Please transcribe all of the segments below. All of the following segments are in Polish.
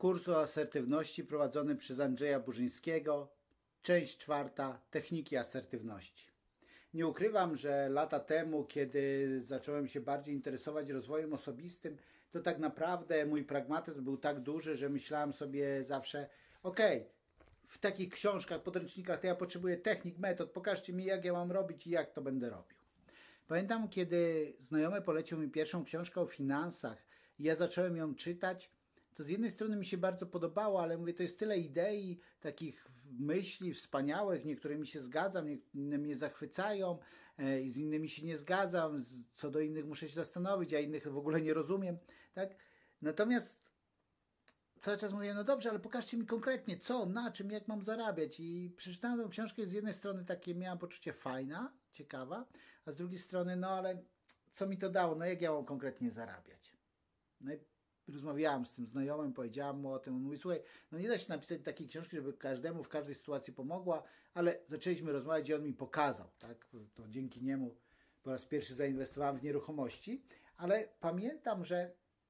Kurs o asertywności prowadzony przez Andrzeja Burzyńskiego, część 4. Techniki asertywności. Nie ukrywam, że lata temu, kiedy zacząłem się bardziej interesować rozwojem osobistym, to tak naprawdę mój pragmatyzm był tak duży, że myślałem sobie zawsze, w takich książkach, podręcznikach to ja potrzebuję technik, metod, pokażcie mi jak ja mam robić i jak to będę robił. Pamiętam, kiedy znajomy polecił mi pierwszą książkę o finansach i ja zacząłem ją czytać, to z jednej strony mi się bardzo podobało, ale mówię, to jest tyle idei, takich myśli wspaniałych, niektórymi się zgadzam, inne mnie zachwycają, z innymi się nie zgadzam, co do innych muszę się zastanowić, a innych w ogóle nie rozumiem, tak? Natomiast cały czas mówię, no dobrze, ale pokażcie mi konkretnie, co, na czym, jak mam zarabiać. I przeczytałem tę książkę, z jednej strony takie miałam poczucie fajna, ciekawa, a z drugiej strony, no ale co mi to dało, no jak ja mam konkretnie zarabiać. No i rozmawiałam z tym znajomym, powiedziałam mu o tym, on mówi, słuchaj, no nie da się napisać takiej książki, żeby każdemu w każdej sytuacji pomogła, ale zaczęliśmy rozmawiać i on mi pokazał, tak, to dzięki niemu po raz pierwszy zainwestowałem w nieruchomości, ale pamiętam, że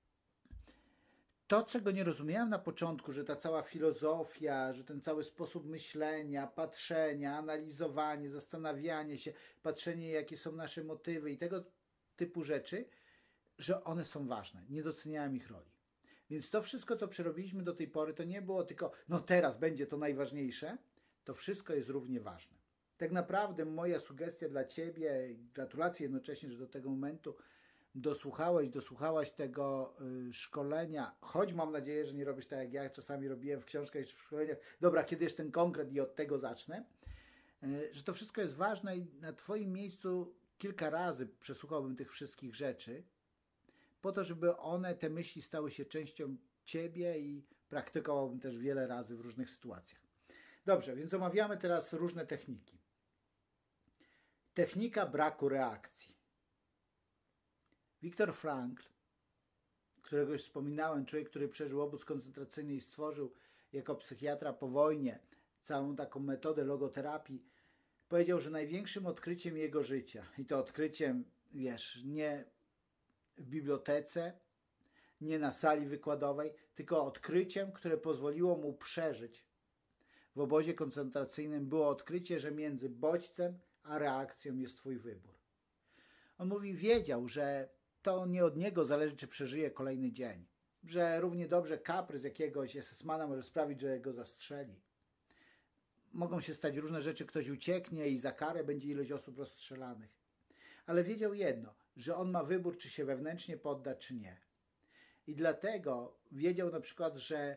to, czego nie rozumiałem na początku, że ta cała filozofia, że ten cały sposób myślenia, patrzenia, analizowanie, zastanawianie się, patrzenie, jakie są nasze motywy i tego typu rzeczy, że one są ważne. Nie doceniałem ich roli. Więc to wszystko, co przerobiliśmy do tej pory, to nie było tylko, no teraz będzie to najważniejsze, to wszystko jest równie ważne. Tak naprawdę moja sugestia dla Ciebie, gratulacje jednocześnie, że do tego momentu dosłuchałaś tego szkolenia, choć mam nadzieję, że nie robisz tak jak ja czasami robiłem w książkach czy w szkoleniach, dobra, kiedy jest ten konkret i od tego zacznę, że to wszystko jest ważne i na Twoim miejscu kilka razy przesłuchałbym tych wszystkich rzeczy, po to, żeby te myśli stały się częścią Ciebie i praktykowałbym też wiele razy w różnych sytuacjach. Dobrze, więc omawiamy teraz różne techniki. Technika braku reakcji. Viktor Frankl, którego już wspominałem, człowiek, który przeżył obóz koncentracyjny i stworzył jako psychiatra po wojnie całą taką metodę logoterapii, powiedział, że największym odkryciem jego życia, i to odkryciem, nie w bibliotece, nie na sali wykładowej, tylko odkryciem, które pozwoliło mu przeżyć w obozie koncentracyjnym, było odkrycie, że między bodźcem a reakcją jest Twój wybór. On mówi, wiedział, że to nie od niego zależy, czy przeżyje kolejny dzień, że równie dobrze kaprys jakiegoś SS-mana może sprawić, że go zastrzeli. Mogą się stać różne rzeczy, ktoś ucieknie i za karę będzie ilość osób rozstrzelanych. Ale wiedział jedno, że on ma wybór, czy się wewnętrznie podda, czy nie. I dlatego wiedział na przykład, że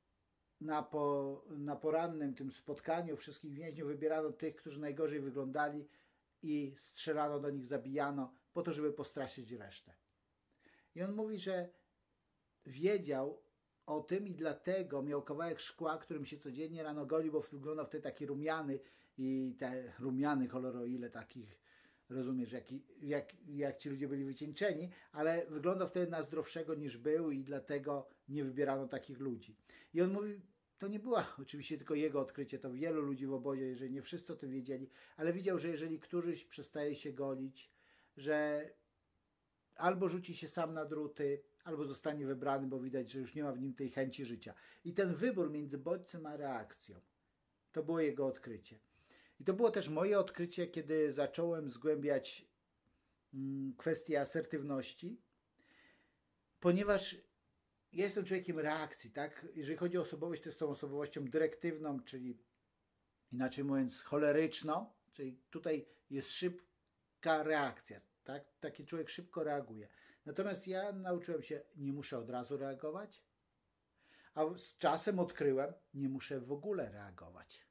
na porannym tym spotkaniu wszystkich więźniów wybierano tych, którzy najgorzej wyglądali i strzelano do nich, zabijano, po to, żeby postraszyć resztę. I on mówi, że wiedział o tym i dlatego miał kawałek szkła, którym się codziennie rano golił, bo wyglądał wtedy taki rumiany i te rumiany kolor, o ile takich, rozumiesz, jak ci ludzie byli wycieńczeni, ale wyglądał wtedy na zdrowszego niż był i dlatego nie wybierano takich ludzi. I on mówi, to nie była oczywiście tylko jego odkrycie, to wielu ludzi w obozie, jeżeli nie wszyscy o tym wiedzieli, ale widział, że jeżeli któryś przestaje się golić, że albo rzuci się sam na druty, albo zostanie wybrany, bo widać, że już nie ma w nim tej chęci życia. I ten wybór między bodźcem a reakcją, to było jego odkrycie. I to było też moje odkrycie, kiedy zacząłem zgłębiać kwestię asertywności, ponieważ ja jestem człowiekiem reakcji, tak? Jeżeli chodzi o osobowość, to jest tą osobowością dyrektywną, czyli inaczej mówiąc choleryczną, czyli tutaj jest szybka reakcja, tak? Taki człowiek szybko reaguje. Natomiast ja nauczyłem się, nie muszę od razu reagować, a z czasem odkryłem, nie muszę w ogóle reagować.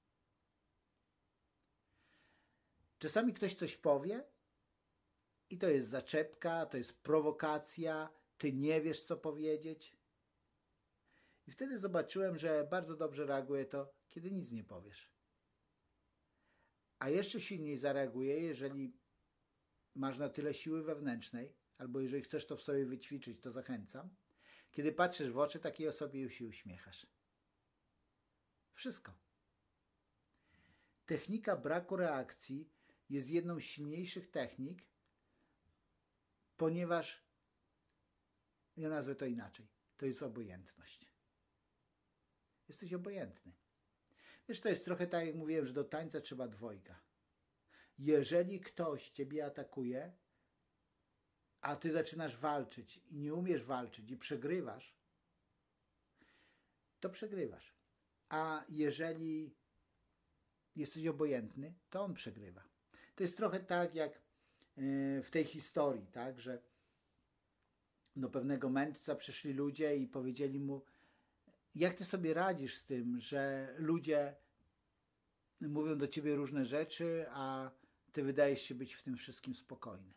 Czasami ktoś coś powie i to jest zaczepka, to jest prowokacja, ty nie wiesz, co powiedzieć. I wtedy zobaczyłem, że bardzo dobrze reaguje to, kiedy nic nie powiesz. A jeszcze silniej zareaguje, jeżeli masz na tyle siły wewnętrznej, albo jeżeli chcesz to w sobie wyćwiczyć, to zachęcam, kiedy patrzysz w oczy takiej osobie i się uśmiechasz. Wszystko. Technika braku reakcji jest jedną z silniejszych technik, ponieważ ja nazwę to inaczej. To jest obojętność. jesteś obojętny. Wiesz, to jest trochę tak, jak mówiłem, że do tańca trzeba dwojga. Jeżeli ktoś ciebie atakuje, a ty zaczynasz walczyć i nie umiesz walczyć i przegrywasz, to przegrywasz. A jeżeli jesteś obojętny, to on przegrywa. To jest trochę tak jak w tej historii, tak, że do pewnego mędrca przyszli ludzie i powiedzieli mu, jak ty sobie radzisz z tym, że ludzie mówią do ciebie różne rzeczy, a ty wydajesz się być w tym wszystkim spokojny.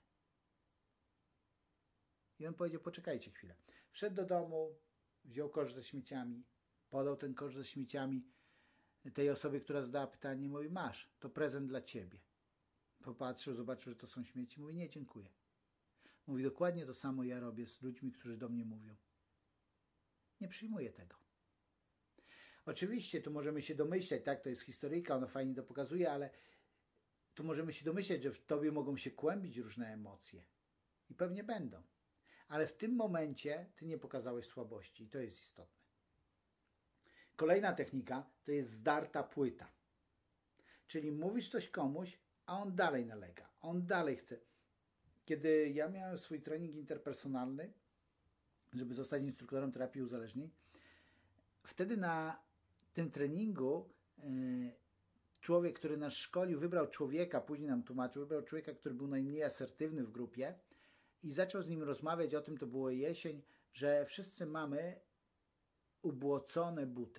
I on powiedział, poczekajcie chwilę. Wszedł do domu, wziął kosz ze śmieciami, podał ten kosz ze śmieciami tej osobie, która zadała pytanie, mówi, masz, to prezent dla ciebie. Popatrzył, zobaczył, że to są śmieci, mówi, nie, dziękuję. Mówi, dokładnie to samo ja robię z ludźmi, którzy do mnie mówią. Nie przyjmuję tego. Oczywiście tu możemy się domyśleć, tak, to jest historyjka, ona fajnie to pokazuje, ale tu możemy się domyśleć, że w tobie mogą się kłębić różne emocje. I pewnie będą. Ale w tym momencie ty nie pokazałeś słabości i to jest istotne. Kolejna technika to jest zdarta płyta. Czyli mówisz coś komuś, a on dalej nalega, on dalej chce. Kiedy ja miałem swój trening interpersonalny, żeby zostać instruktorem terapii uzależnień, wtedy na tym treningu człowiek, który nas szkolił, wybrał człowieka, później nam tłumaczył, wybrał człowieka, który był najmniej asertywny w grupie i zaczął z nim rozmawiać o tym, to było jesień, że wszyscy mamy ubłocone buty.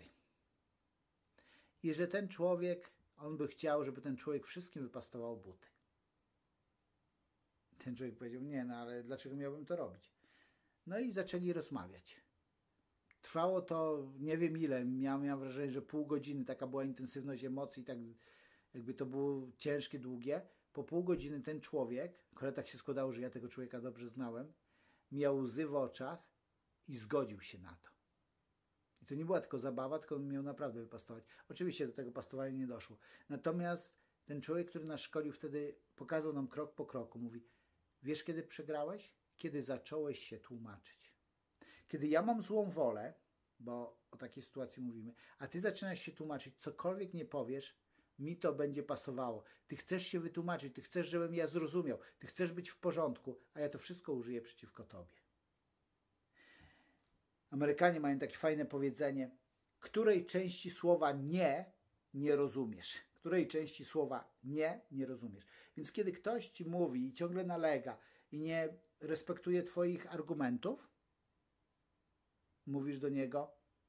I że ten człowiek, on by chciał, żeby ten człowiek wszystkim wypastował buty. Ten człowiek powiedział, nie, no ale dlaczego miałbym to robić? No i zaczęli rozmawiać. Trwało to nie wiem ile, miałem wrażenie, że pół godziny, taka była intensywność emocji, tak jakby to było ciężkie, długie. Po pół godziny ten człowiek, akurat tak się składało, że ja tego człowieka dobrze znałem, miał łzy w oczach i zgodził się na to. I to nie była tylko zabawa, tylko on miał naprawdę wypastować. Oczywiście do tego pastowania nie doszło. Natomiast ten człowiek, który nas szkolił, wtedy pokazał nam krok po kroku. Mówi, wiesz kiedy przegrałeś? Kiedy zacząłeś się tłumaczyć. Kiedy ja mam złą wolę, bo o takiej sytuacji mówimy, a ty zaczynasz się tłumaczyć, cokolwiek nie powiesz, mi to będzie pasowało. Ty chcesz się wytłumaczyć, ty chcesz, żebym ja zrozumiał, ty chcesz być w porządku, a ja to wszystko użyję przeciwko tobie. Amerykanie mają takie fajne powiedzenie, której części słowa nie rozumiesz. Której części słowa nie rozumiesz. Więc kiedy ktoś ci mówi i ciągle nalega i nie respektuje twoich argumentów, mówisz do niego,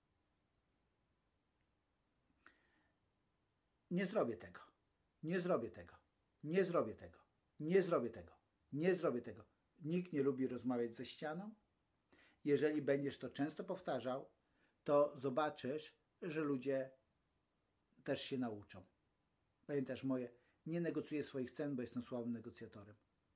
nie zrobię tego, nie zrobię tego, nie zrobię tego, nie zrobię tego, nie zrobię tego. Nikt nie lubi rozmawiać ze ścianą. Jeżeli będziesz to często powtarzał, to zobaczysz, że ludzie też się nauczą. Pamiętasz moje, nie negocjuję swoich cen, bo jestem słabym negocjatorem.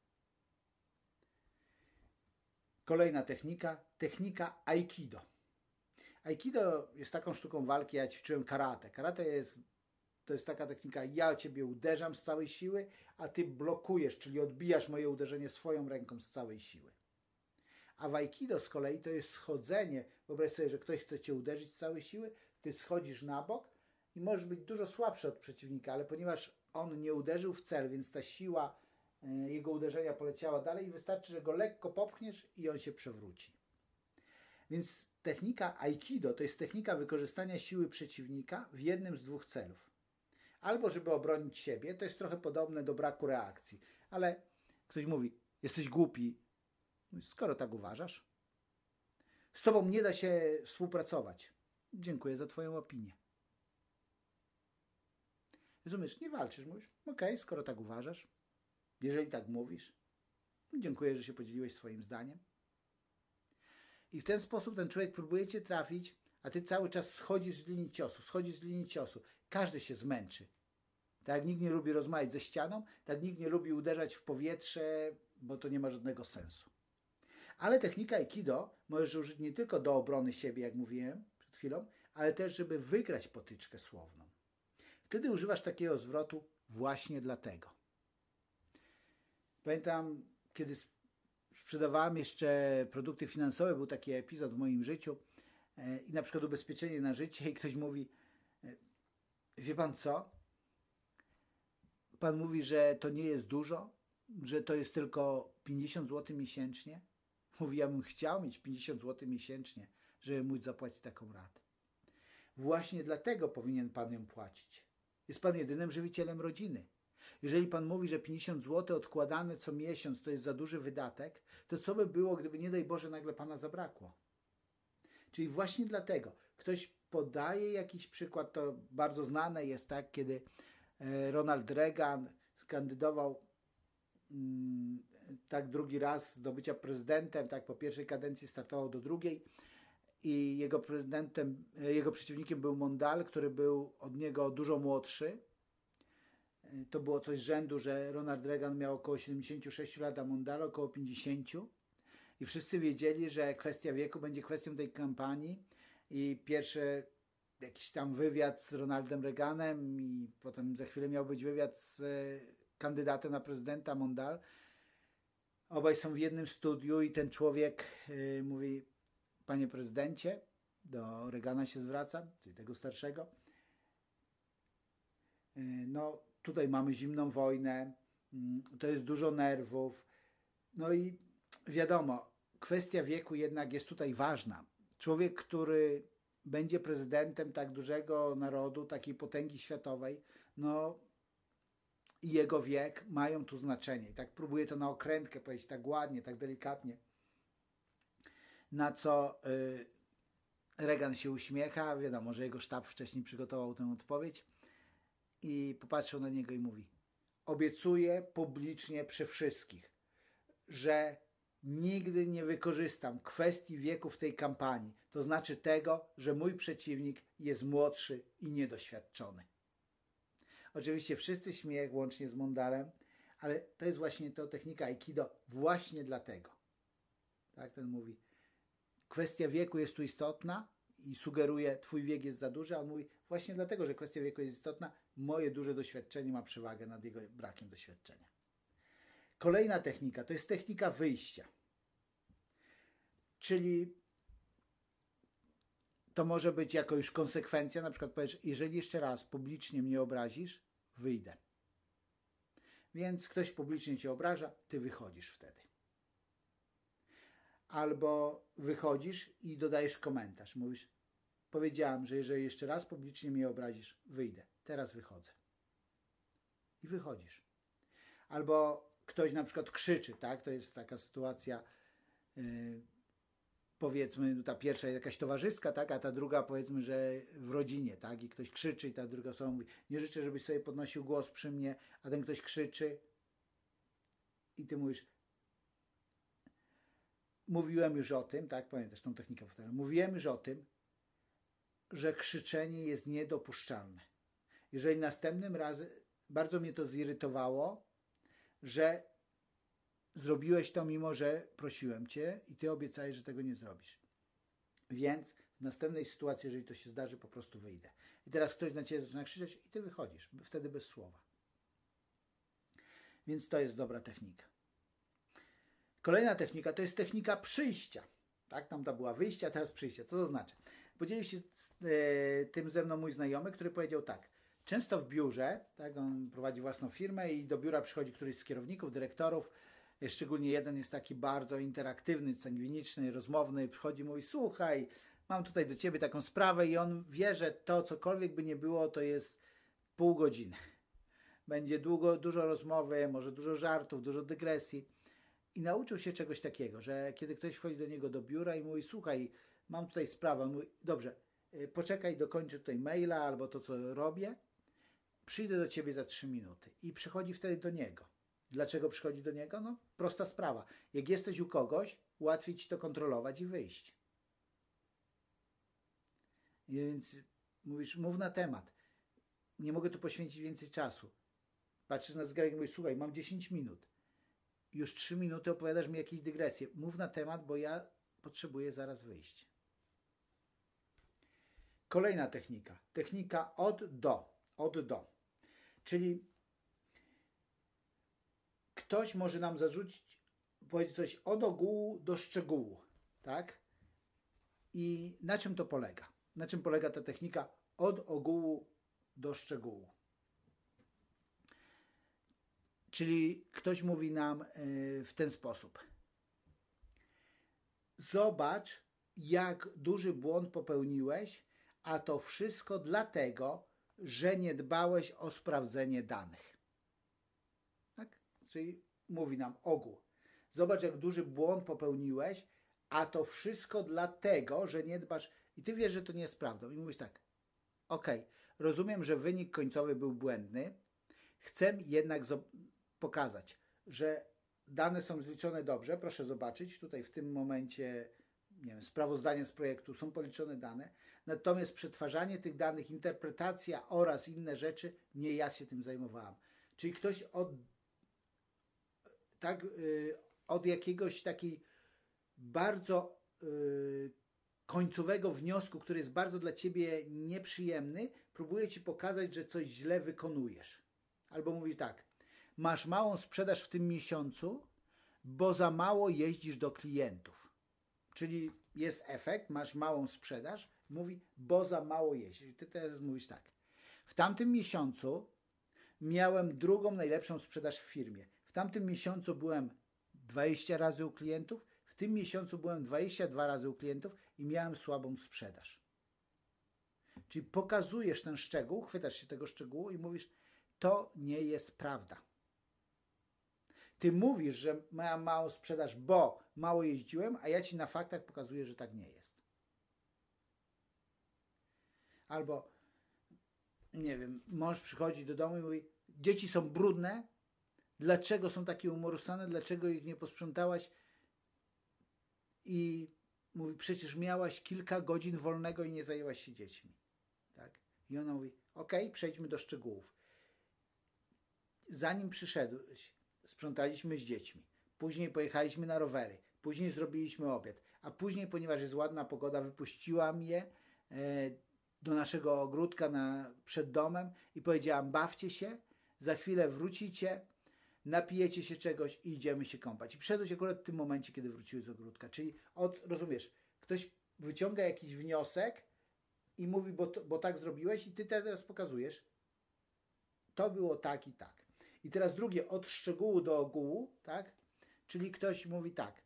Kolejna technika, technika Aikido. Aikido jest taką sztuką walki, ja ćwiczyłem karate. Karate to jest taka technika, ja ciebie uderzam z całej siły, a ty blokujesz, czyli odbijasz moje uderzenie swoją ręką z całej siły. A w Aikido z kolei to jest schodzenie. Wyobraź sobie, że ktoś chce cię uderzyć z całej siły, ty schodzisz na bok i możesz być dużo słabszy od przeciwnika, ale ponieważ on nie uderzył w cel, więc ta siła jego uderzenia poleciała dalej i wystarczy, że go lekko popchniesz i on się przewróci. Więc technika Aikido to jest technika wykorzystania siły przeciwnika w jednym z dwóch celów. Albo żeby obronić siebie, to jest trochę podobne do braku reakcji, ale ktoś mówi, jesteś głupi, skoro tak uważasz. Z tobą nie da się współpracować. Dziękuję za twoją opinię. Rozumiesz, nie walczysz, mówisz, okej, skoro tak uważasz, jeżeli tak mówisz, dziękuję, że się podzieliłeś swoim zdaniem. I w ten sposób ten człowiek próbuje cię trafić, a ty cały czas schodzisz z linii ciosu, schodzisz z linii ciosu. Każdy się zmęczy. Tak jak nikt nie lubi rozmawiać ze ścianą, tak nikt nie lubi uderzać w powietrze, bo to nie ma żadnego sensu. Ale technika Aikido możesz użyć nie tylko do obrony siebie, jak mówiłem przed chwilą, ale też, żeby wygrać potyczkę słowną. Wtedy używasz takiego zwrotu właśnie dlatego. Pamiętam, kiedy sprzedawałem jeszcze produkty finansowe, był taki epizod w moim życiu, i na przykład ubezpieczenie na życie i ktoś mówi, wie pan co? Pan mówi, że to nie jest dużo, że to jest tylko 50 zł miesięcznie. Mówi, ja bym chciał mieć 50 zł miesięcznie, żeby móc zapłacić taką ratę. Właśnie dlatego powinien pan ją płacić. Jest pan jedynym żywicielem rodziny. Jeżeli pan mówi, że 50 zł odkładane co miesiąc to jest za duży wydatek, to co by było, gdyby nie daj Boże nagle pana zabrakło? Czyli właśnie dlatego ktoś podaje jakiś przykład, to bardzo znane jest, tak, kiedy Ronald Reagan kandydował tak drugi raz do bycia prezydentem, tak po pierwszej kadencji startował do drugiej i jego przeciwnikiem był Mondale, który był od niego dużo młodszy. To było coś z rzędu, że Ronald Reagan miał około 76 lat, a Mondale około 50 i wszyscy wiedzieli, że kwestia wieku będzie kwestią tej kampanii i pierwszy jakiś tam wywiad z Ronaldem Reaganem i potem za chwilę miał być wywiad z kandydatem na prezydenta Mondale. Obaj są w jednym studiu i ten człowiek mówi, panie prezydencie, do Reagana się zwraca, czyli tego starszego, no tutaj mamy zimną wojnę, to jest dużo nerwów, no i wiadomo, kwestia wieku jednak jest tutaj ważna. Człowiek, który będzie prezydentem tak dużego narodu, takiej potęgi światowej, no i jego wiek mają tu znaczenie. I tak próbuję to na okrętkę powiedzieć, tak ładnie, tak delikatnie. Na co Reagan się uśmiecha, wiadomo, że jego sztab wcześniej przygotował tę odpowiedź i popatrzył na niego i mówi, obiecuję publicznie przy wszystkich, że nigdy nie wykorzystam kwestii wieku w tej kampanii. To znaczy tego, że mój przeciwnik jest młodszy i niedoświadczony. Oczywiście wszyscy śmiech, łącznie z Mondalem, ale to jest właśnie to technika Aikido właśnie dlatego. Tak, ten mówi, kwestia wieku jest tu istotna i sugeruje, twój wiek jest za duży, a on mówi, właśnie dlatego, że kwestia wieku jest istotna, moje duże doświadczenie ma przewagę nad jego brakiem doświadczenia. Kolejna technika to jest technika wyjścia. Czyli to może być jako już konsekwencja, na przykład powiesz, jeżeli jeszcze raz publicznie mnie obrazisz, wyjdę. Więc ktoś publicznie cię obraża, ty wychodzisz wtedy. Albo wychodzisz i dodajesz komentarz. Mówisz, powiedziałam, że jeżeli jeszcze raz publicznie mnie obrazisz, wyjdę. Teraz wychodzę. I wychodzisz. Albo ktoś na przykład krzyczy, tak? To jest taka sytuacja, powiedzmy, ta pierwsza jest jakaś towarzyska, tak? A ta druga, powiedzmy, że w rodzinie, tak? I ktoś krzyczy i ta druga osoba mówi, nie życzę, żebyś sobie podnosił głos przy mnie, a ten ktoś krzyczy i ty mówisz, mówiłem już o tym, tak? Pamiętasz tą technikę, powtarzam. Mówiłem już o tym, że krzyczenie jest niedopuszczalne. Jeżeli następnym razem, bardzo mnie to zirytowało, że zrobiłeś to, mimo że prosiłem cię i ty obiecałeś, że tego nie zrobisz. Więc w następnej sytuacji, jeżeli to się zdarzy, po prostu wyjdę. I teraz ktoś na ciebie zaczyna krzyczeć i ty wychodzisz, wtedy bez słowa. Więc to jest dobra technika. Kolejna technika to jest technika przyjścia. Tak, tam ta była wyjścia, a teraz przyjścia. Co to znaczy? Podzielił się tym ze mną mój znajomy, który powiedział tak. Często w biurze, tak, on prowadzi własną firmę i do biura przychodzi któryś z kierowników, dyrektorów, szczególnie jeden jest taki bardzo interaktywny, sangwiniczny, rozmowny, przychodzi i mówi, słuchaj, mam tutaj do ciebie taką sprawę i on wie, że to cokolwiek by nie było, to jest pół godziny. Będzie dużo rozmowy, może dużo żartów, dużo dygresji. I nauczył się czegoś takiego, że kiedy ktoś wchodzi do niego do biura i mówi, słuchaj, mam tutaj sprawę, on mówi, dobrze, poczekaj, dokończę tutaj maila albo to, co robię, przyjdę do ciebie za 3 minuty. I przychodzi wtedy do niego. Dlaczego przychodzi do niego? No, prosta sprawa. Jak jesteś u kogoś, łatwiej ci to kontrolować i wyjść. I więc mówisz, mów na temat. Nie mogę tu poświęcić więcej czasu. Patrzysz na zegarek i mówisz, słuchaj, mam 10 minut. Już 3 minuty opowiadasz mi jakieś dygresje. Mów na temat, bo ja potrzebuję zaraz wyjść. Kolejna technika. Technika od do. Od do. Czyli ktoś może nam zarzucić, powiedzieć coś od ogółu do szczegółu. Tak? I na czym to polega? Na czym polega ta technika od ogółu do szczegółu? Czyli ktoś mówi nam w ten sposób. Zobacz, jak duży błąd popełniłeś, a to wszystko dlatego, że nie dbałeś o sprawdzenie danych. Tak? Czyli mówi nam ogół. Zobacz, jak duży błąd popełniłeś, a to wszystko dlatego, że nie dbasz. I ty wiesz, że to nie jest prawdą. I mówisz tak, okej, rozumiem, że wynik końcowy był błędny. Chcę jednak pokazać, że dane są zliczone dobrze. Proszę zobaczyć, tutaj w tym momencie, nie wiem, sprawozdania z projektu są policzone dane. Natomiast przetwarzanie tych danych, interpretacja oraz inne rzeczy, nie ja się tym zajmowałam. Czyli ktoś od jakiegoś takiej bardzo końcowego wniosku, który jest bardzo dla ciebie nieprzyjemny, próbuje ci pokazać, że coś źle wykonujesz. Albo mówi tak, masz małą sprzedaż w tym miesiącu, bo za mało jeździsz do klientów. Czyli jest efekt, masz małą sprzedaż, mówi, bo za mało jeździsz. I ty teraz mówisz tak, w tamtym miesiącu miałem drugą najlepszą sprzedaż w firmie. W tamtym miesiącu byłem 20 razy u klientów, w tym miesiącu byłem 22 razy u klientów i miałem słabą sprzedaż. Czyli pokazujesz ten szczegół, chwytasz się tego szczegółu i mówisz, to nie jest prawda. Ty mówisz, że miałem małą sprzedaż, bo mało jeździłem, a ja ci na faktach pokazuję, że tak nie jest. Albo, nie wiem, mąż przychodzi do domu i mówi, dzieci są brudne, dlaczego są takie umorusane, dlaczego ich nie posprzątałaś? I mówi, przecież miałaś kilka godzin wolnego i nie zajęłaś się dziećmi. Tak? I ona mówi, okej, przejdźmy do szczegółów. Zanim przyszedłeś, sprzątaliśmy z dziećmi, później pojechaliśmy na rowery, później zrobiliśmy obiad, a później, ponieważ jest ładna pogoda, wypuściłam je do naszego ogródka przed domem i powiedziałam, bawcie się, za chwilę wrócicie, napijecie się czegoś i idziemy się kąpać. I przyszedłeś akurat w tym momencie, kiedy wróciłeś z ogródka. Czyli, rozumiesz, ktoś wyciąga jakiś wniosek i mówi, bo tak zrobiłeś i ty teraz pokazujesz, to było tak i tak. I teraz drugie, od szczegółu do ogółu, tak? Czyli ktoś mówi tak,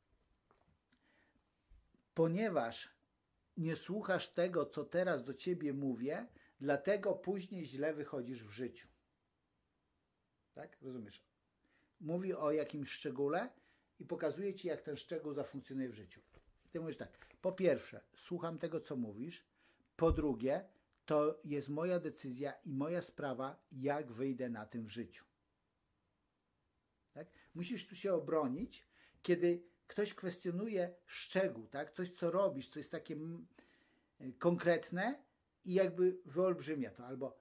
ponieważ nie słuchasz tego, co teraz do ciebie mówię, dlatego później źle wychodzisz w życiu. Tak? Rozumiesz? Mówi o jakimś szczególe i pokazuje ci, jak ten szczegół zafunkcjonuje w życiu. Ty mówisz tak, po pierwsze, słucham tego, co mówisz, po drugie, to jest moja decyzja i moja sprawa, jak wyjdę na tym w życiu. Tak? Musisz tu się obronić, kiedy ktoś kwestionuje szczegół, tak? Coś, co robisz, co jest takie konkretne i jakby wyolbrzymia to. Albo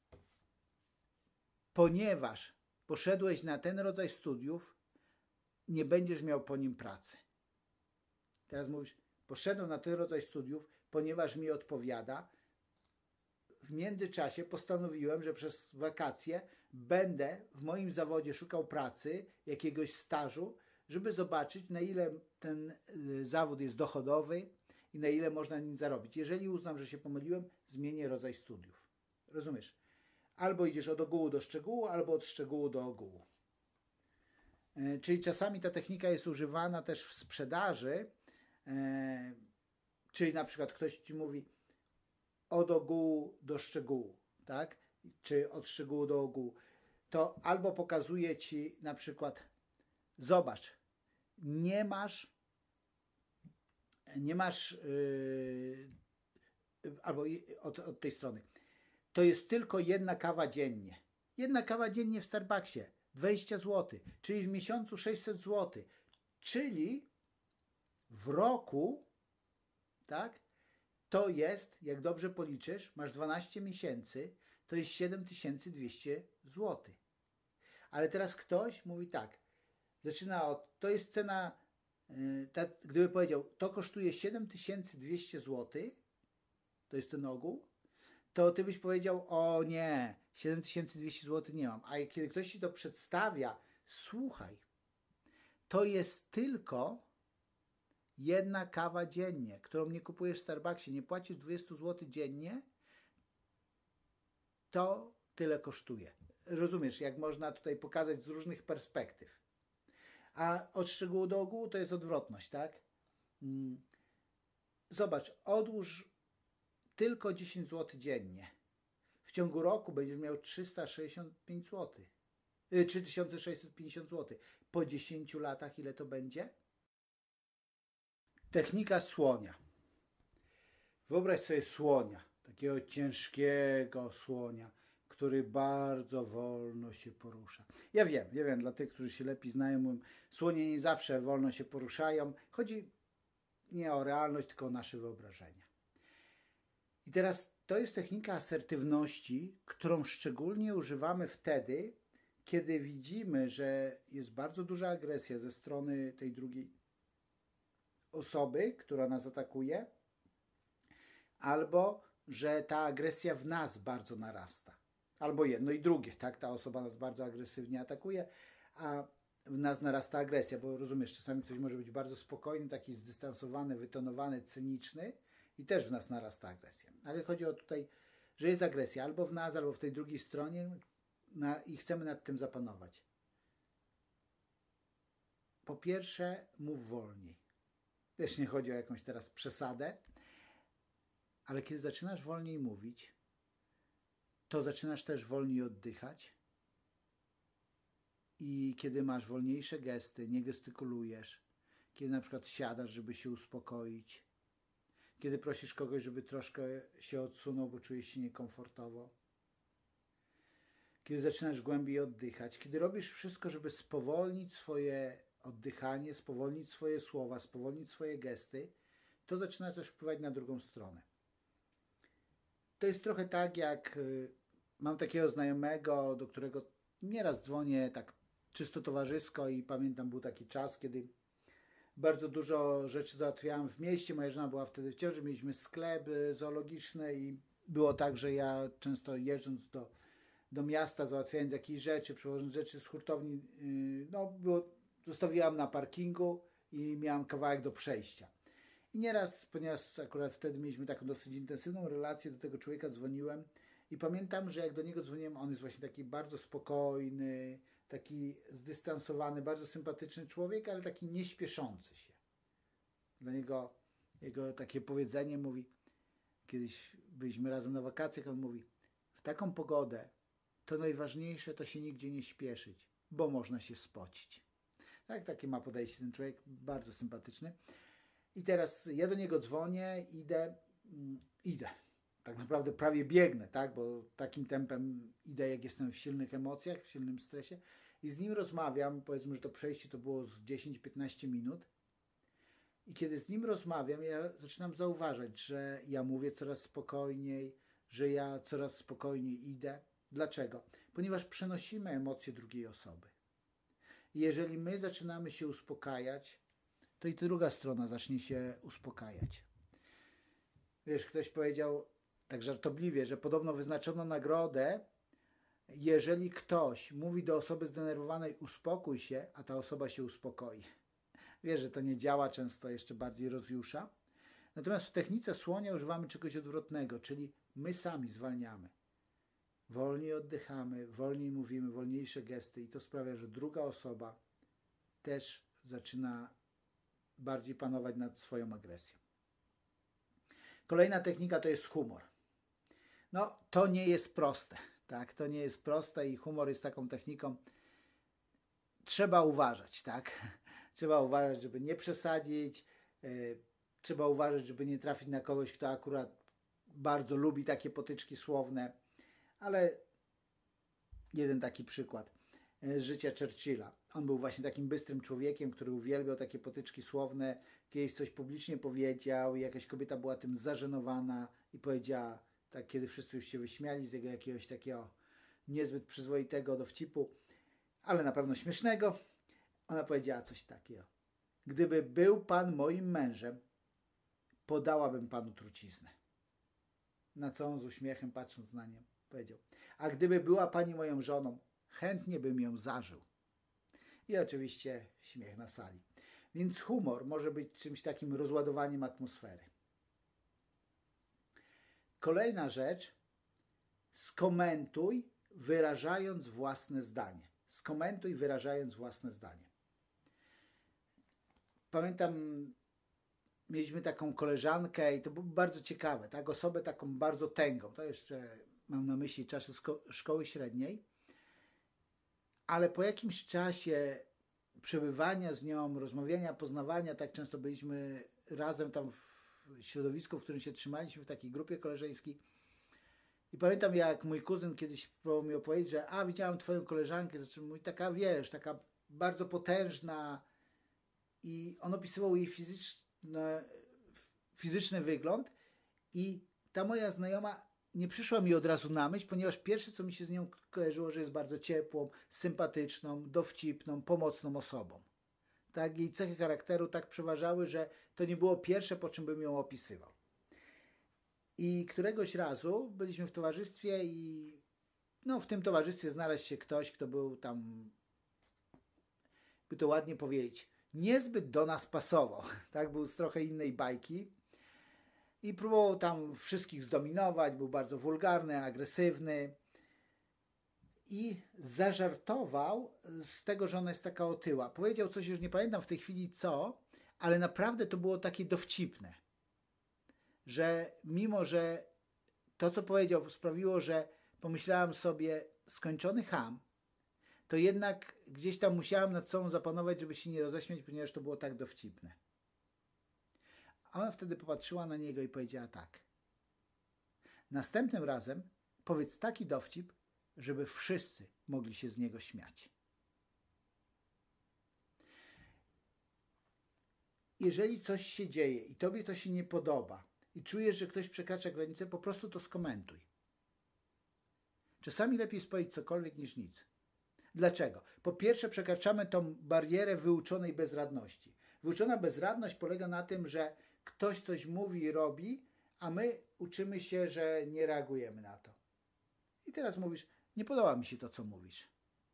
ponieważ poszedłeś na ten rodzaj studiów, nie będziesz miał po nim pracy. Teraz mówisz, poszedłem na ten rodzaj studiów, ponieważ mi odpowiada. W międzyczasie postanowiłem, że przez wakacje będę w moim zawodzie szukał pracy, jakiegoś stażu, żeby zobaczyć, na ile ten zawód jest dochodowy i na ile można nim zarobić. Jeżeli uznam, że się pomyliłem, zmienię rodzaj studiów. Rozumiesz? Albo idziesz od ogółu do szczegółu, albo od szczegółu do ogółu. Czyli czasami ta technika jest używana też w sprzedaży, czyli na przykład ktoś ci mówi od ogółu do szczegółu, tak? Czy od szczegółu do ogółu. To albo pokazuje ci na przykład, zobacz, nie masz albo od tej strony. To jest tylko jedna kawa dziennie. Jedna kawa dziennie w Starbucksie, 20 zł, czyli w miesiącu 600 zł, czyli w roku, tak, to jest, jak dobrze policzysz, masz 12 miesięcy, to jest 7200 zł. Ale teraz ktoś mówi tak, zaczyna od, to jest cena, gdyby powiedział, to kosztuje 7200 zł, to jest ten ogół, to ty byś powiedział, o nie, 7200 zł nie mam. A kiedy ktoś ci to przedstawia, słuchaj, to jest tylko Jedna kawa dziennie, którą nie kupujesz w Starbucksie, nie płacisz 20 zł dziennie, to tyle kosztuje. Rozumiesz, jak można tutaj pokazać z różnych perspektyw. A od szczegółu do ogółu to jest odwrotność, tak? Zobacz, odłóż tylko 10 zł dziennie. W ciągu roku będziesz miał 365 zł. 3650 zł. Po 10 latach ile to będzie? Technika słonia. Wyobraź sobie słonia, takiego ciężkiego słonia, który bardzo wolno się porusza. Ja wiem, dla tych, którzy się lepiej znają, słonie nie zawsze wolno się poruszają. Chodzi nie o realność, tylko o nasze wyobrażenia. I teraz to jest technika asertywności, którą szczególnie używamy wtedy, kiedy widzimy, że jest bardzo duża agresja ze strony tej drugiej osoby, która nas atakuje, albo że ta agresja w nas bardzo narasta. Albo jedno i drugie, tak? Ta osoba nas bardzo agresywnie atakuje, a w nas narasta agresja, bo rozumiesz, czasami ktoś może być bardzo spokojny, taki zdystansowany, wytonowany, cyniczny i też w nas narasta agresja. Ale chodzi o tutaj, że jest agresja albo w nas, albo w tej drugiej stronie i chcemy nad tym zapanować. Po pierwsze, mów wolniej. Też nie chodzi o jakąś teraz przesadę, ale kiedy zaczynasz wolniej mówić, to zaczynasz też wolniej oddychać i kiedy masz wolniejsze gesty, nie gestykulujesz, kiedy na przykład siadasz, żeby się uspokoić, kiedy prosisz kogoś, żeby troszkę się odsunął, bo czujesz się niekomfortowo, kiedy zaczynasz głębiej oddychać, kiedy robisz wszystko, żeby spowolnić swoje oddychanie, spowolnić swoje słowa, spowolnić swoje gesty, to zaczyna też wpływać na drugą stronę. To jest trochę tak, jak mam takiego znajomego, do którego nieraz dzwonię tak czysto towarzysko i pamiętam, był taki czas, kiedy bardzo dużo rzeczy załatwiałem w mieście. Moja żona była wtedy w ciąży, mieliśmy sklep zoologiczny i było tak, że ja często jeżdżąc do miasta, załatwiając jakieś rzeczy, przewożąc rzeczy z hurtowni, zostawiłam na parkingu i miałam kawałek do przejścia. I nieraz, ponieważ akurat wtedy mieliśmy taką dosyć intensywną relację, do tego człowieka dzwoniłem i pamiętam, że jak do niego dzwoniłem, on jest właśnie taki bardzo spokojny, taki zdystansowany, bardzo sympatyczny człowiek, ale taki nieśpieszący się. Dla niego jego takie powiedzenie mówi, kiedyś byliśmy razem na wakacjach, on mówi, w taką pogodę to najważniejsze to się nigdzie nie śpieszyć, bo można się spocić. Tak, takie ma podejście ten człowiek, bardzo sympatyczny. I teraz ja do niego dzwonię, idę. Tak naprawdę prawie biegnę, tak, bo takim tempem idę, jak jestem w silnych emocjach, w silnym stresie. I z nim rozmawiam, powiedzmy, że to przejście to było z 10-15 minut. I kiedy z nim rozmawiam, ja zaczynam zauważać, że ja mówię coraz spokojniej, że ja coraz spokojniej idę. Dlaczego? Ponieważ przenosimy emocje drugiej osoby. I jeżeli my zaczynamy się uspokajać, to i druga strona zacznie się uspokajać. Wiesz, ktoś powiedział tak żartobliwie, że podobno wyznaczono nagrodę, jeżeli ktoś mówi do osoby zdenerwowanej uspokój się, a ta osoba się uspokoi. Wiesz, że to nie działa, często jeszcze bardziej rozjusza. Natomiast w technice słonia używamy czegoś odwrotnego, czyli my sami zwalniamy. Wolniej oddychamy, wolniej mówimy, wolniejsze gesty i to sprawia, że druga osoba też zaczyna bardziej panować nad swoją agresją. Kolejna technika to jest humor. No, to nie jest proste, tak? To nie jest proste i humor jest taką techniką. Trzeba uważać, tak? Trzeba uważać, żeby nie przesadzić. Trzeba uważać, żeby nie trafić na kogoś, kto akurat bardzo lubi takie potyczki słowne. Ale jeden taki przykład z życia Churchilla. On był właśnie takim bystrym człowiekiem, który uwielbiał takie potyczki słowne. Kiedyś coś publicznie powiedział i jakaś kobieta była tym zażenowana i powiedziała, tak kiedy wszyscy już się wyśmiali z jego jakiegoś takiego niezbyt przyzwoitego dowcipu, ale na pewno śmiesznego, ona powiedziała coś takiego. Gdyby był pan moim mężem, podałabym panu truciznę. Na co on z uśmiechem patrząc na nią powiedział, a gdyby była pani moją żoną, chętnie bym ją zażył. I oczywiście śmiech na sali. Więc humor może być czymś takim rozładowaniem atmosfery. Kolejna rzecz, skomentuj, wyrażając własne zdanie. Skomentuj, wyrażając własne zdanie. Pamiętam, mieliśmy taką koleżankę i to było bardzo ciekawe, tak? Osobę taką bardzo tęgą, to jeszcze mam na myśli czasy szkoły średniej, ale po jakimś czasie przebywania z nią, rozmawiania, poznawania, tak często byliśmy razem tam w środowisku, w którym się trzymaliśmy, w takiej grupie koleżeńskiej. I pamiętam, jak mój kuzyn kiedyś próbował mi opowiedzieć, że widziałem twoją koleżankę, mówi, taka, wiesz, taka bardzo potężna, i on opisywał jej fizyczny wygląd i ta moja znajoma nie przyszła mi od razu na myśl, ponieważ pierwsze, co mi się z nią kojarzyło, że jest bardzo ciepłą, sympatyczną, dowcipną, pomocną osobą. Tak, jej cechy charakteru tak przeważały, że to nie było pierwsze, po czym bym ją opisywał. I któregoś razu byliśmy w towarzystwie i w tym towarzystwie znalazł się ktoś, kto był tam, by to ładnie powiedzieć, niezbyt do nas pasował. Tak, był z trochę innej bajki i próbował tam wszystkich zdominować, był bardzo wulgarny, agresywny i zażartował z tego, że ona jest taka otyła. Powiedział coś, już nie pamiętam w tej chwili co, ale naprawdę to było takie dowcipne, że mimo, że to, co powiedział, sprawiło, że pomyślałem sobie, skończony cham, to jednak gdzieś tam musiałem nad sobą zapanować, żeby się nie roześmiać, ponieważ to było tak dowcipne. A ona wtedy popatrzyła na niego i powiedziała tak: następnym razem powiedz taki dowcip, żeby wszyscy mogli się z niego śmiać. Jeżeli coś się dzieje i tobie to się nie podoba i czujesz, że ktoś przekracza granicę, po prostu to skomentuj. Czasami lepiej powiedzieć cokolwiek niż nic. Dlaczego? Po pierwsze, przekraczamy tą barierę wyuczonej bezradności. Wyuczona bezradność polega na tym, że ktoś coś mówi i robi, a my uczymy się, że nie reagujemy na to. I teraz mówisz, nie podoba mi się to, co mówisz.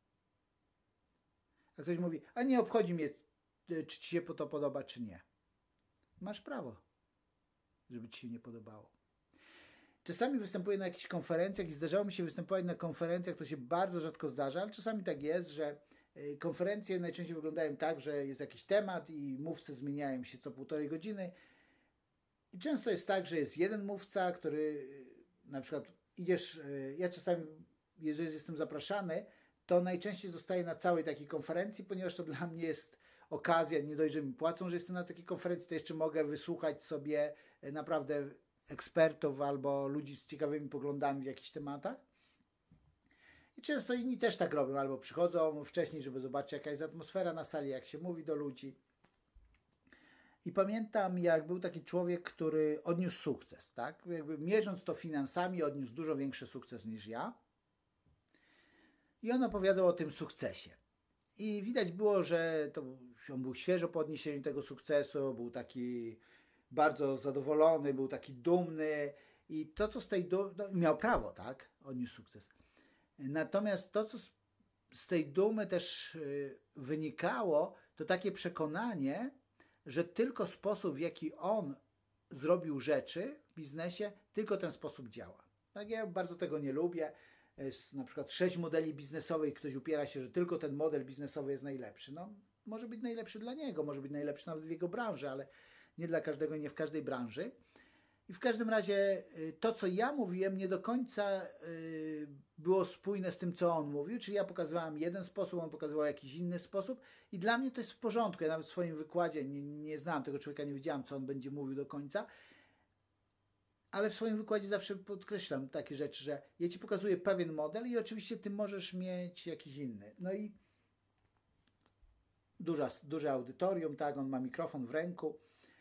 A ktoś mówi, a nie obchodzi mnie, czy ci się to podoba, czy nie. Masz prawo, żeby ci się nie podobało. Czasami występuję na jakichś konferencjach i zdarzało mi się występować na konferencjach, to się bardzo rzadko zdarza, ale czasami tak jest, że konferencje najczęściej wyglądają tak, że jest jakiś temat i mówcy zmieniają się co 1,5 godziny. I często jest tak, że jest jeden mówca, który na przykład idziesz, ja czasami, jeżeli jestem zapraszany, to najczęściej zostaję na całej takiej konferencji, ponieważ to dla mnie jest okazja, nie dość, że mi płacą, że jestem na takiej konferencji, to jeszcze mogę wysłuchać sobie naprawdę ekspertów albo ludzi z ciekawymi poglądami w jakichś tematach. I często inni też tak robią, albo przychodzą wcześniej, żeby zobaczyć, jaka jest atmosfera na sali, jak się mówi do ludzi. I pamiętam, jak był taki człowiek, który odniósł sukces, tak? Jakby mierząc to finansami, odniósł dużo większy sukces niż ja. I on opowiadał o tym sukcesie. I widać było, że on był świeżo po odniesieniu tego sukcesu, był taki bardzo zadowolony, był taki dumny i to, co z tej miał prawo, tak? Odniósł sukces. Natomiast to, co z tej dumy też wynikało, to takie przekonanie, że tylko sposób, w jaki on zrobił rzeczy w biznesie, tylko ten sposób działa. Tak, ja bardzo tego nie lubię. Jest na przykład 6 modeli biznesowych, ktoś upiera się, że tylko ten model biznesowy jest najlepszy. No, może być najlepszy dla niego, może być najlepszy nawet w jego branży, ale nie dla każdego, nie w każdej branży. I w każdym razie to, co ja mówiłem, nie do końca było spójne z tym, co on mówił, czyli ja pokazywałem jeden sposób, on pokazywał jakiś inny sposób i dla mnie to jest w porządku. Ja nawet w swoim wykładzie nie znałem tego człowieka, nie wiedziałem, co on będzie mówił do końca, ale w swoim wykładzie zawsze podkreślam takie rzeczy, że ja ci pokazuję pewien model i oczywiście ty możesz mieć jakiś inny. No i duże audytorium, tak, on ma mikrofon w ręku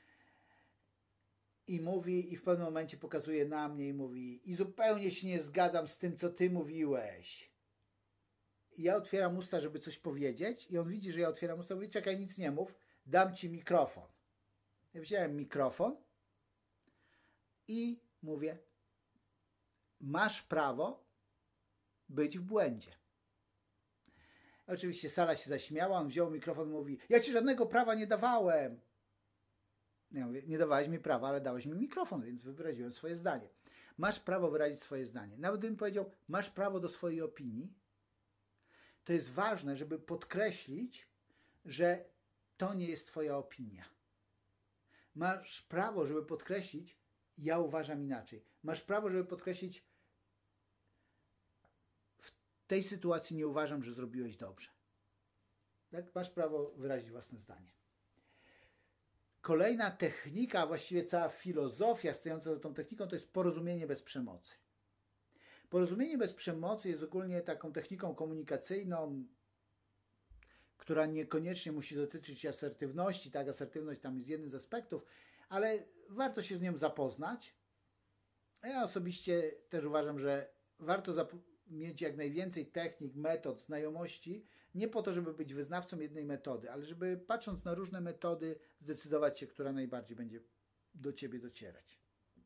i mówi, i w pewnym momencie pokazuje na mnie i mówi, i zupełnie się nie zgadzam z tym, co ty mówiłeś. I ja otwieram usta, żeby coś powiedzieć i on widzi, że ja otwieram usta, mówi, czekaj, nic nie mów, dam ci mikrofon. Ja wziąłem mikrofon i mówię, masz prawo być w błędzie. Oczywiście sala się zaśmiała, on wziął mikrofon i mówi: ja ci żadnego prawa nie dawałem. Ja mówię: nie dawałeś mi prawa, ale dałeś mi mikrofon, więc wyraziłem swoje zdanie. Masz prawo wyrazić swoje zdanie. Nawet gdybym powiedział: masz prawo do swojej opinii, to jest ważne, żeby podkreślić, że to nie jest twoja opinia. Masz prawo, żeby podkreślić: ja uważam inaczej. Masz prawo, żeby podkreślić: w tej sytuacji nie uważam, że zrobiłeś dobrze. Tak? Masz prawo wyrazić własne zdanie. Kolejna technika, a właściwie cała filozofia stojąca za tą techniką, to jest porozumienie bez przemocy. Porozumienie bez przemocy jest ogólnie taką techniką komunikacyjną, która niekoniecznie musi dotyczyć asertywności. Tak, asertywność tam jest jednym z aspektów, ale warto się z nią zapoznać. Ja osobiście też uważam, że warto mieć jak najwięcej technik, metod, znajomości, nie po to, żeby być wyznawcą jednej metody, ale żeby, patrząc na różne metody, zdecydować się, która najbardziej będzie do ciebie docierać.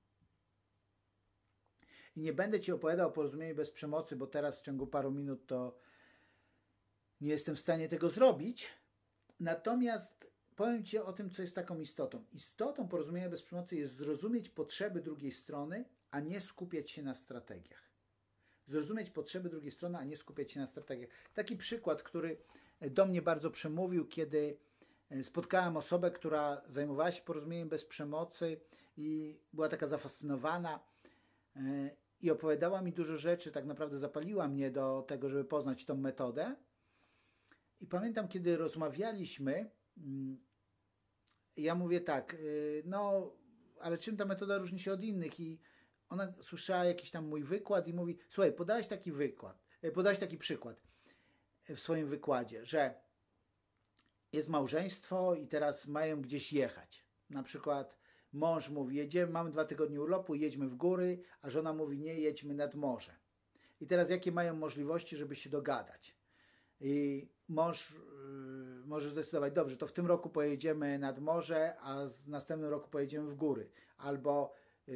I nie będę ci opowiadał o porozumieniu bez przemocy, bo teraz w ciągu paru minut to nie jestem w stanie tego zrobić. Natomiast powiem ci o tym, co jest taką istotą. Istotą porozumienia bez przemocy jest zrozumieć potrzeby drugiej strony, a nie skupiać się na strategiach. Zrozumieć potrzeby drugiej strony, a nie skupiać się na strategiach. Taki przykład, który do mnie bardzo przemówił, kiedy spotkałem osobę, która zajmowała się porozumieniem bez przemocy i była taka zafascynowana i opowiadała mi dużo rzeczy, tak naprawdę zapaliła mnie do tego, żeby poznać tą metodę. I pamiętam, kiedy rozmawialiśmy, ja mówię tak: no, ale czym ta metoda różni się od innych? I ona słyszała jakiś tam mój wykład i mówi: słuchaj, podałeś taki przykład w swoim wykładzie, że jest małżeństwo i teraz mają gdzieś jechać. Na przykład mąż mówi: jedziemy, mamy 2 tygodnie urlopu, jedźmy w góry, a żona mówi: nie, jedźmy nad morze. I teraz jakie mają możliwości, żeby się dogadać? I mąż może zdecydować: dobrze, to w tym roku pojedziemy nad morze, a w następnym roku pojedziemy w góry. Albo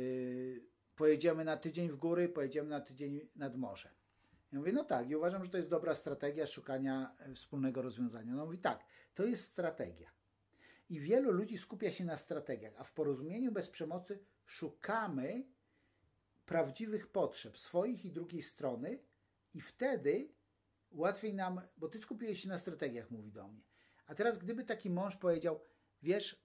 pojedziemy na tydzień w góry, pojedziemy na tydzień nad morze. Ja mówię: no tak, i uważam, że to jest dobra strategia szukania wspólnego rozwiązania. No mówi: tak, to jest strategia. I wielu ludzi skupia się na strategiach, a w porozumieniu bez przemocy szukamy prawdziwych potrzeb swoich i drugiej strony i wtedy łatwiej nam, bo ty skupiłeś się na strategiach, mówi do mnie. A teraz gdyby taki mąż powiedział: wiesz,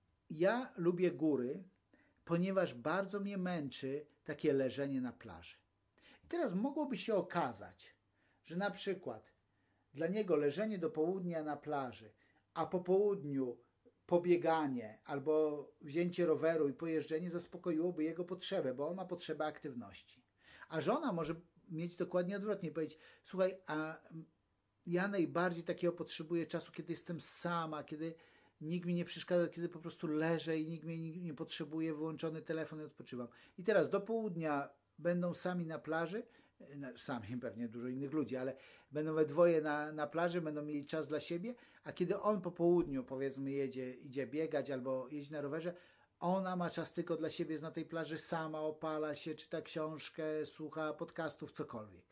ja lubię góry, ponieważ bardzo mnie męczy takie leżenie na plaży. I teraz mogłoby się okazać, że na przykład dla niego leżenie do południa na plaży, a po południu pobieganie albo wzięcie roweru i pojeżdżenie zaspokoiłoby jego potrzebę, bo on ma potrzebę aktywności. A żona może mieć dokładnie odwrotnie i powiedzieć: słuchaj, a ja najbardziej takiego potrzebuję czasu, kiedy jestem sama, kiedy nikt mi nie przeszkadza, kiedy po prostu leżę i nikt mnie nie potrzebuje, wyłączony telefon i odpoczywam. I teraz do południa będą sami na plaży, sami pewnie dużo innych ludzi, ale będą we dwoje na plaży, będą mieli czas dla siebie, a kiedy on po południu, powiedzmy, idzie biegać albo jeździ na rowerze, ona ma czas tylko dla siebie, jest na tej plaży sama, opala się, czyta książkę, słucha podcastów, cokolwiek.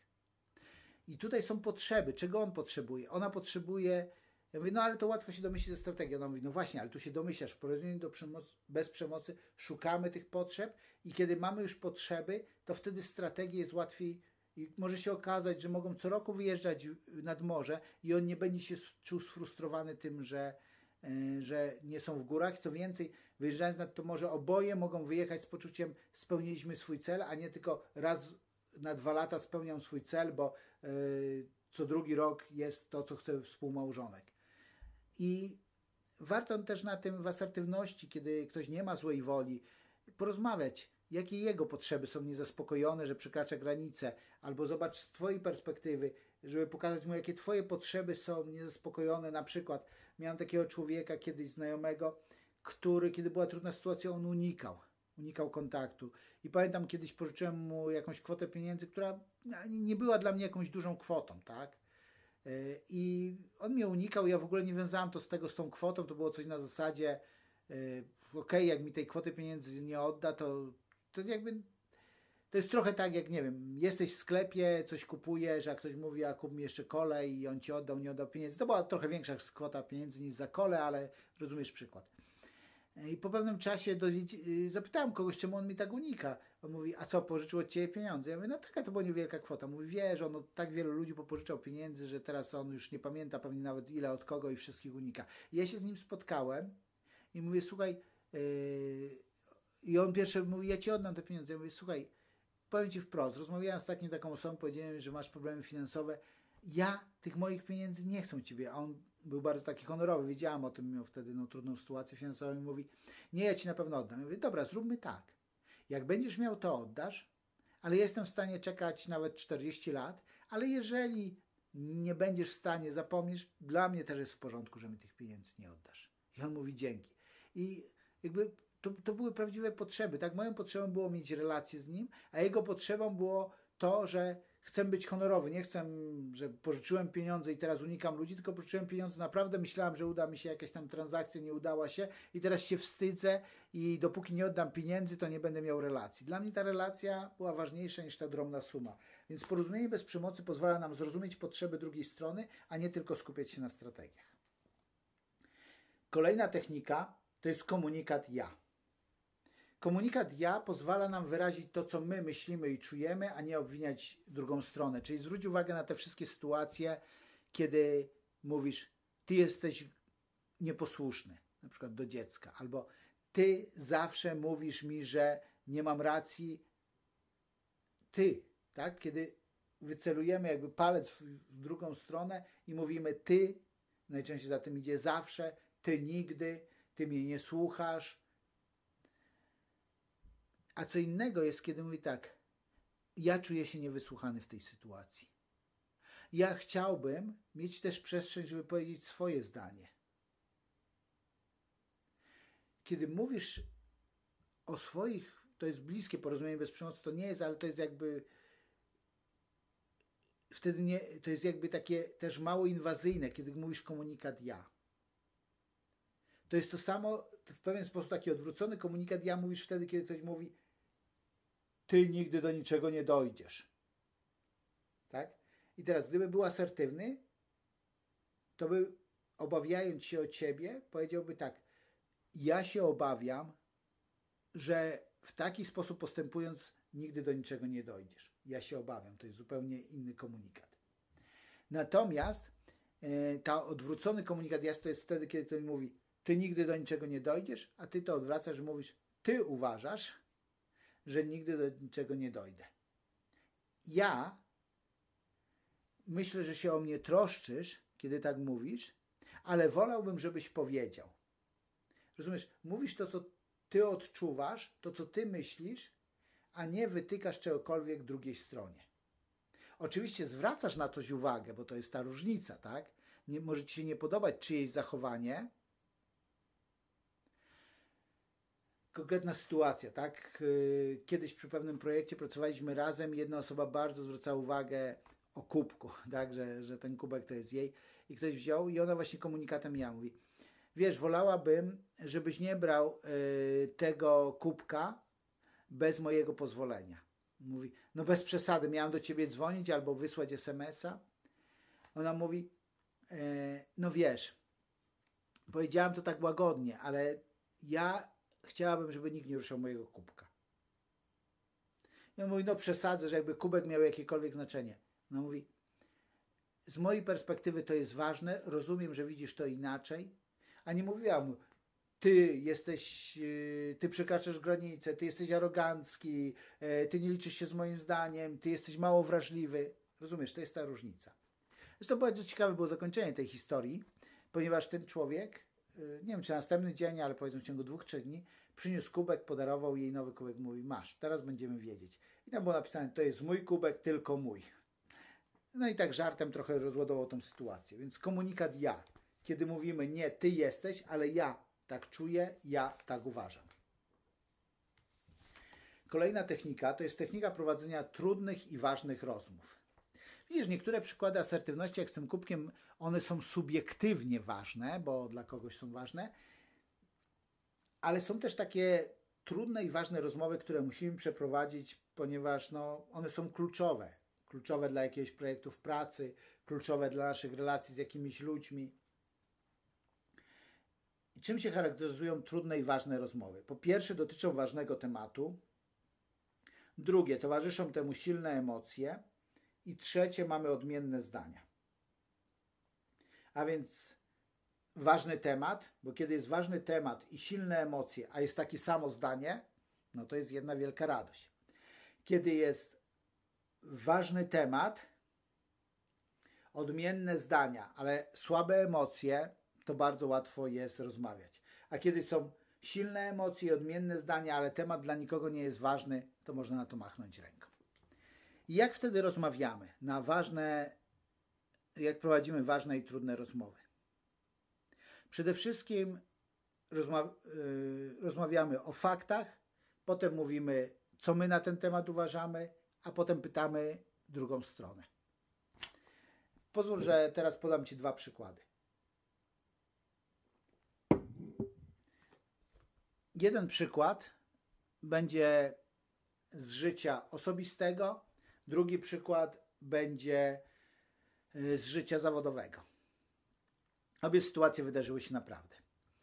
I tutaj są potrzeby. Czego on potrzebuje? Ona potrzebuje... Ja mówię: no ale to łatwo się domyślić ze strategii. Ona mówi: no właśnie, ale tu się domyślasz. W porozumieniu bez przemocy szukamy tych potrzeb i kiedy mamy już potrzeby, to wtedy strategię jest łatwiej i może się okazać, że mogą co roku wyjeżdżać nad morze i on nie będzie się czuł sfrustrowany tym, że nie są w górach. Co więcej, wyjeżdżając nad to morze, oboje mogą wyjechać z poczuciem: spełniliśmy swój cel, a nie tylko raz na 2 lata spełniam swój cel, bo co drugi rok jest to, co chce współmałżonek. I warto też na tym w asertywności, kiedy ktoś nie ma złej woli, porozmawiać, jakie jego potrzeby są niezaspokojone, że przekracza granice, albo zobacz z twojej perspektywy, żeby pokazać mu, jakie twoje potrzeby są niezaspokojone. Na przykład miałem takiego człowieka kiedyś znajomego, który, kiedy była trudna sytuacja, on unikał kontaktu. I pamiętam, kiedyś pożyczyłem mu jakąś kwotę pieniędzy, która nie była dla mnie jakąś dużą kwotą, tak? I on mnie unikał, ja w ogóle nie wiązałem to z tą kwotą, to było coś na zasadzie: okej, jak mi tej kwoty pieniędzy nie odda, to jakby To jest trochę tak, jak nie wiem, jesteś w sklepie, coś kupujesz, a ktoś mówi, a kup mi jeszcze kolę i on ci oddał, nie oddał pieniędzy. To była trochę większa kwota pieniędzy niż za kolę, ale rozumiesz przykład. I po pewnym czasie zapytałem kogoś, czemu on mi tak unika. On mówi, a co, pożyczył od ciebie pieniądze? Ja mówię, no taka to była niewielka kwota. Mówi, wiesz, on od tak wielu ludzi popożyczał pieniędzy, że teraz on już nie pamięta pewnie nawet ile, od kogo i wszystkich unika. I ja się z nim spotkałem i mówię, słuchaj, i on pierwszy mówi, ja ci oddam te pieniądze. Ja mówię, słuchaj, powiem ci wprost, rozmawiałem z taką osobą, powiedziałem, że masz problemy finansowe. Ja tych moich pieniędzy nie chcę ciebie. A on był bardzo taki honorowy, wiedziałam o tym, miał wtedy trudną sytuację finansową i mówi, nie, ja ci na pewno oddam. Ja mówię, dobra, zróbmy tak. Jak będziesz miał, to oddasz, ale jestem w stanie czekać nawet 40 lat, ale jeżeli nie będziesz w stanie, zapomnisz, dla mnie też jest w porządku, że mi tych pieniędzy nie oddasz. I on mówi, dzięki. I jakby to były prawdziwe potrzeby. Tak, moją potrzebą było mieć relację z nim, a jego potrzebą było to, że chcę być honorowy. Nie chcę, że pożyczyłem pieniądze i teraz unikam ludzi, tylko pożyczyłem pieniądze. Naprawdę myślałem, że uda mi się jakaś tam transakcja, nie udała się i teraz się wstydzę i dopóki nie oddam pieniędzy, to nie będę miał relacji. Dla mnie ta relacja była ważniejsza niż ta drobna suma. Więc porozumienie bez przemocy pozwala nam zrozumieć potrzeby drugiej strony, a nie tylko skupiać się na strategiach. Kolejna technika to jest komunikat ja. Komunikat ja pozwala nam wyrazić to, co my myślimy i czujemy, a nie obwiniać drugą stronę. Czyli zwróć uwagę na te wszystkie sytuacje, kiedy mówisz, ty jesteś nieposłuszny, na przykład do dziecka, albo ty zawsze mówisz mi, że nie mam racji. Ty, tak? Kiedy wycelujemy jakby palec w drugą stronę i mówimy ty, najczęściej za tym idzie zawsze, ty nigdy, ty mnie nie słuchasz. A co innego jest, kiedy mówi tak, ja czuję się niewysłuchany w tej sytuacji. Ja chciałbym mieć też przestrzeń, żeby powiedzieć swoje zdanie. Kiedy mówisz o swoich, to jest bliskie porozumienie bez przemocy, to nie jest, ale to jest jakby wtedy nie, to jest jakby takie też mało inwazyjne, kiedy mówisz komunikat ja. To jest to samo, w pewien sposób taki odwrócony komunikat ja mówisz wtedy, kiedy ktoś mówi ty nigdy do niczego nie dojdziesz. Tak? I teraz, gdyby był asertywny, to by, obawiając się o ciebie, powiedziałby tak, ja się obawiam, że w taki sposób postępując nigdy do niczego nie dojdziesz. Ja się obawiam. To jest zupełnie inny komunikat. Natomiast ta odwrócony komunikat ja to jest wtedy, kiedy ktoś mówi ty nigdy do niczego nie dojdziesz, a ty to odwracasz, mówisz ty uważasz, że nigdy do niczego nie dojdę. Ja myślę, że się o mnie troszczysz, kiedy tak mówisz, ale wolałbym, żebyś powiedział. Rozumiesz? Mówisz to, co ty odczuwasz, to, co ty myślisz, a nie wytykasz czegokolwiek drugiej stronie. Oczywiście zwracasz na coś uwagę, bo to jest ta różnica, tak? Może ci się nie podobać czyjeś zachowanie. Konkretna sytuacja, tak? Kiedyś przy pewnym projekcie pracowaliśmy razem, jedna osoba bardzo zwracała uwagę o kubku, tak? Że ten kubek to jest jej i ktoś wziął i ona właśnie komunikatem ja mówi, wiesz, wolałabym, żebyś nie brał tego kubka bez mojego pozwolenia. Mówi, no bez przesady, miałam do ciebie dzwonić albo wysłać SMS-a. Ona mówi, no wiesz, powiedziałam to tak łagodnie, ale ja chciałabym, żeby nikt nie ruszał mojego kubka. I on mówi, no przesadzę, że jakby kubek miał jakiekolwiek znaczenie. No mówi, z mojej perspektywy to jest ważne, rozumiem, że widzisz to inaczej, a nie mówiłam mu, ty przekraczasz granice, ty jesteś arogancki, ty nie liczysz się z moim zdaniem, ty jesteś mało wrażliwy. Rozumiesz, to jest ta różnica. Zresztą bardzo ciekawe było zakończenie tej historii, ponieważ ten człowiek, nie wiem czy następny dzień, ale powiedzmy w ciągu 2-3 dni, przyniósł kubek, podarował jej nowy kubek, mówi, masz, teraz będziemy wiedzieć. I tam było napisane, to jest mój kubek, tylko mój. No i tak żartem trochę rozładował tą sytuację. Więc komunikat ja, kiedy mówimy nie, ty jesteś, ale ja tak czuję, ja tak uważam. Kolejna technika to jest technika prowadzenia trudnych i ważnych rozmów. Widzisz, niektóre przykłady asertywności, jak z tym kubkiem, one są subiektywnie ważne, bo dla kogoś są ważne, ale są też takie trudne i ważne rozmowy, które musimy przeprowadzić, ponieważ one są kluczowe. Kluczowe dla jakiegoś projektu w pracy, kluczowe dla naszych relacji z jakimiś ludźmi. I czym się charakteryzują trudne i ważne rozmowy? Po pierwsze, dotyczą ważnego tematu. Drugie, towarzyszą temu silne emocje. I trzecie, mamy odmienne zdania. A więc ważny temat, bo kiedy jest ważny temat i silne emocje, a jest takie samo zdanie, to jest jedna wielka radość. Kiedy jest ważny temat, odmienne zdania, ale słabe emocje, to bardzo łatwo jest rozmawiać. A kiedy są silne emocje i odmienne zdania, ale temat dla nikogo nie jest ważny, to można na to machnąć ręką. I jak wtedy rozmawiamy jak prowadzimy ważne i trudne rozmowy? Przede wszystkim rozmawiamy o faktach, potem mówimy, co my na ten temat uważamy, a potem pytamy drugą stronę. Pozwól, że teraz podam Ci 2 przykłady. Jeden przykład będzie z życia osobistego, drugi przykład będzie z życia zawodowego. Obie sytuacje wydarzyły się naprawdę.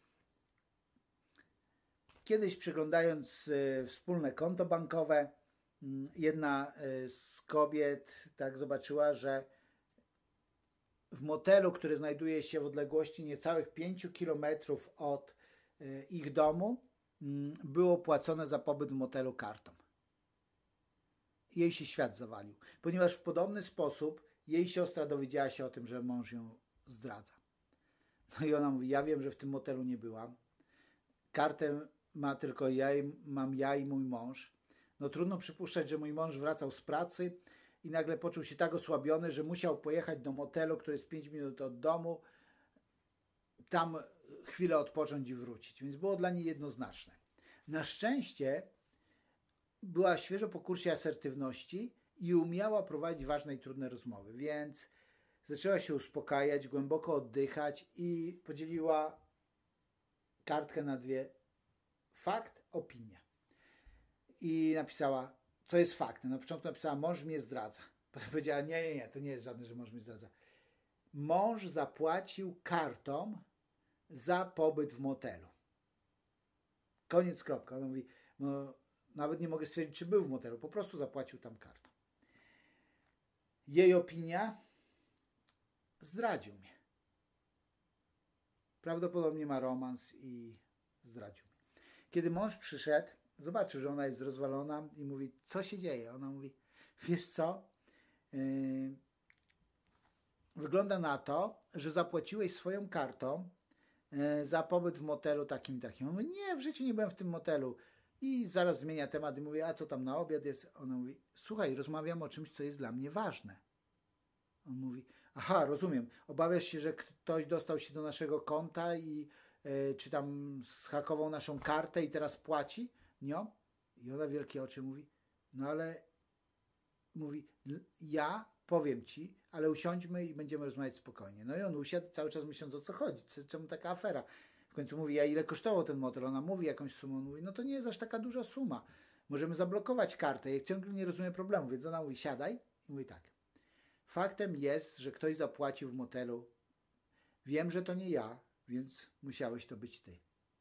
Kiedyś przeglądając wspólne konto bankowe, jedna z kobiet zobaczyła, że w motelu, który znajduje się w odległości niecałych 5 km od ich domu, było płacone za pobyt w motelu kartą. Jej się świat zawalił, ponieważ w podobny sposób jej siostra dowiedziała się o tym, że mąż ją zdradza. I ona mówi, ja wiem, że w tym motelu nie byłam. Kartę ma tylko mam ja i mój mąż. Trudno przypuszczać, że mój mąż wracał z pracy i nagle poczuł się tak osłabiony, że musiał pojechać do motelu, który jest 5 minut od domu, tam chwilę odpocząć i wrócić. Więc było dla niej jednoznaczne. Na szczęście była świeżo po kursie asertywności i umiała prowadzić ważne i trudne rozmowy, więc zaczęła się uspokajać, głęboko oddychać i podzieliła kartkę na 2. Fakt, opinia. I napisała, co jest faktem. Na początku napisała, mąż mnie zdradza. Potem powiedziała, nie, to nie jest żadne, że mąż mnie zdradza. Mąż zapłacił kartą za pobyt w motelu. Koniec, kropka. Ona mówi, nawet nie mogę stwierdzić, czy był w motelu, po prostu zapłacił tam kartą. Jej opinia, zdradził mnie. Prawdopodobnie ma romans i zdradził mnie. Kiedy mąż przyszedł, zobaczył, że ona jest rozwalona i mówi, co się dzieje? Ona mówi, wiesz co? Wygląda na to, że zapłaciłeś swoją kartą za pobyt w motelu takim. On mówi, nie, w życiu nie byłem w tym motelu. I zaraz zmienia temat i mówi, a co tam na obiad jest? Ona mówi, słuchaj, rozmawiam o czymś, co jest dla mnie ważne. On mówi, aha, rozumiem, obawiasz się, że ktoś dostał się do naszego konta i czy tam zhakował naszą kartę i teraz płaci? Nie? I ona wielkie oczy mówi, ale mówi, ja powiem Ci, ale usiądźmy i będziemy rozmawiać spokojnie. I on usiadł cały czas myśląc, o co chodzi, czemu taka afera. W końcu mówi, a ile kosztował ten motel? Ona mówi jakąś sumę, on mówi, to nie jest aż taka duża suma. Możemy zablokować kartę. Ja ciągle nie rozumiem problemu, więc ona mówi, siadaj i mówi tak. Faktem jest, że ktoś zapłacił w motelu. Wiem, że to nie ja, więc musiałeś to być Ty.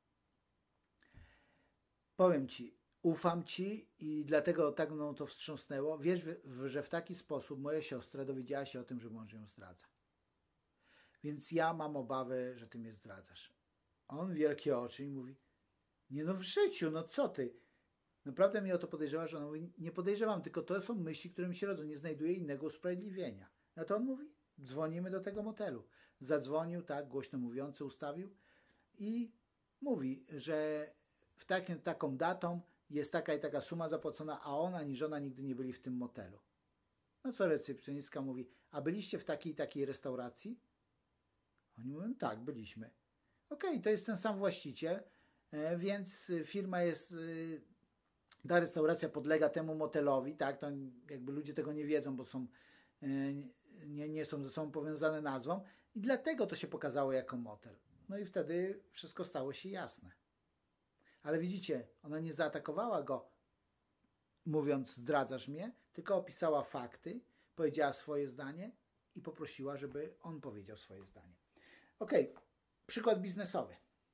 Powiem Ci, ufam Ci i dlatego tak mną to wstrząsnęło. Wiesz, że w taki sposób moja siostra dowiedziała się o tym, że mąż ją zdradza. Więc ja mam obawy, że Ty mnie zdradzasz. On wielkie oczy i mówi, nie w życiu, co Ty? Naprawdę mnie o to podejrzewasz? Ona mówi, nie podejrzewam, tylko to są myśli, które mi się rodzą. Nie znajduję innego usprawiedliwienia. Na to on mówi, dzwonimy do tego motelu. Zadzwonił, głośno mówiący, ustawił i mówi, że w taką datą jest taka i taka suma zapłacona, a on ani żona nigdy nie byli w tym motelu. Co recepcjonistka mówi, a byliście w takiej i takiej restauracji? Oni mówią, tak, byliśmy. Okej, to jest ten sam właściciel, więc firma jest, ta restauracja podlega temu motelowi, to jakby ludzie tego nie wiedzą, bo nie są ze sobą powiązane nazwą i dlatego to się pokazało jako motel. I wtedy wszystko stało się jasne. Ale widzicie, ona nie zaatakowała go, mówiąc zdradzasz mnie, tylko opisała fakty, powiedziała swoje zdanie i poprosiła, żeby on powiedział swoje zdanie. Ok, przykład biznesowy.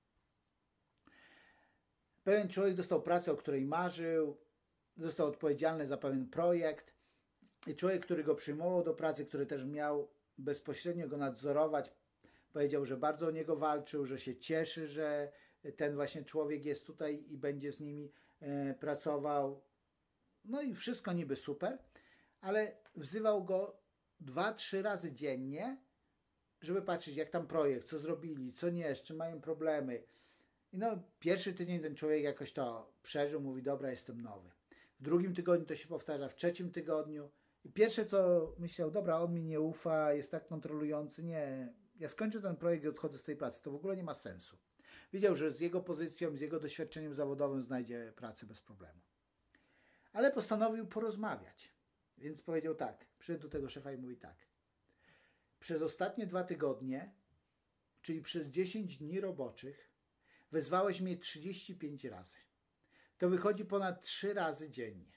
Pewien człowiek dostał pracę, o której marzył, został odpowiedzialny za pewien projekt i człowiek, który go przyjmował do pracy, który też miał bezpośrednio go nadzorować, powiedział, że bardzo o niego walczył, że się cieszy, że ten właśnie człowiek jest tutaj i będzie z nimi pracował. No i wszystko niby super, ale wzywał go 2-3 razy dziennie, żeby patrzeć, jak tam projekt, co zrobili, co nie, z czym mają problemy. I no, pierwszy tydzień ten człowiek jakoś to przeżył, mówi, dobra, jestem nowy. W drugim tygodniu to się powtarza, w trzecim tygodniu. I pierwsze, co myślał, dobra, on mi nie ufa, jest tak kontrolujący, nie, ja skończę ten projekt i odchodzę z tej pracy, to w ogóle nie ma sensu. Wiedział, że z jego pozycją, z jego doświadczeniem zawodowym znajdzie pracę bez problemu. Ale postanowił porozmawiać. Więc powiedział tak, przyszedł do tego szefa i mówi tak. Przez ostatnie 2 tygodnie, czyli przez 10 dni roboczych, wezwałeś mnie 35 razy. To wychodzi ponad 3 razy dziennie.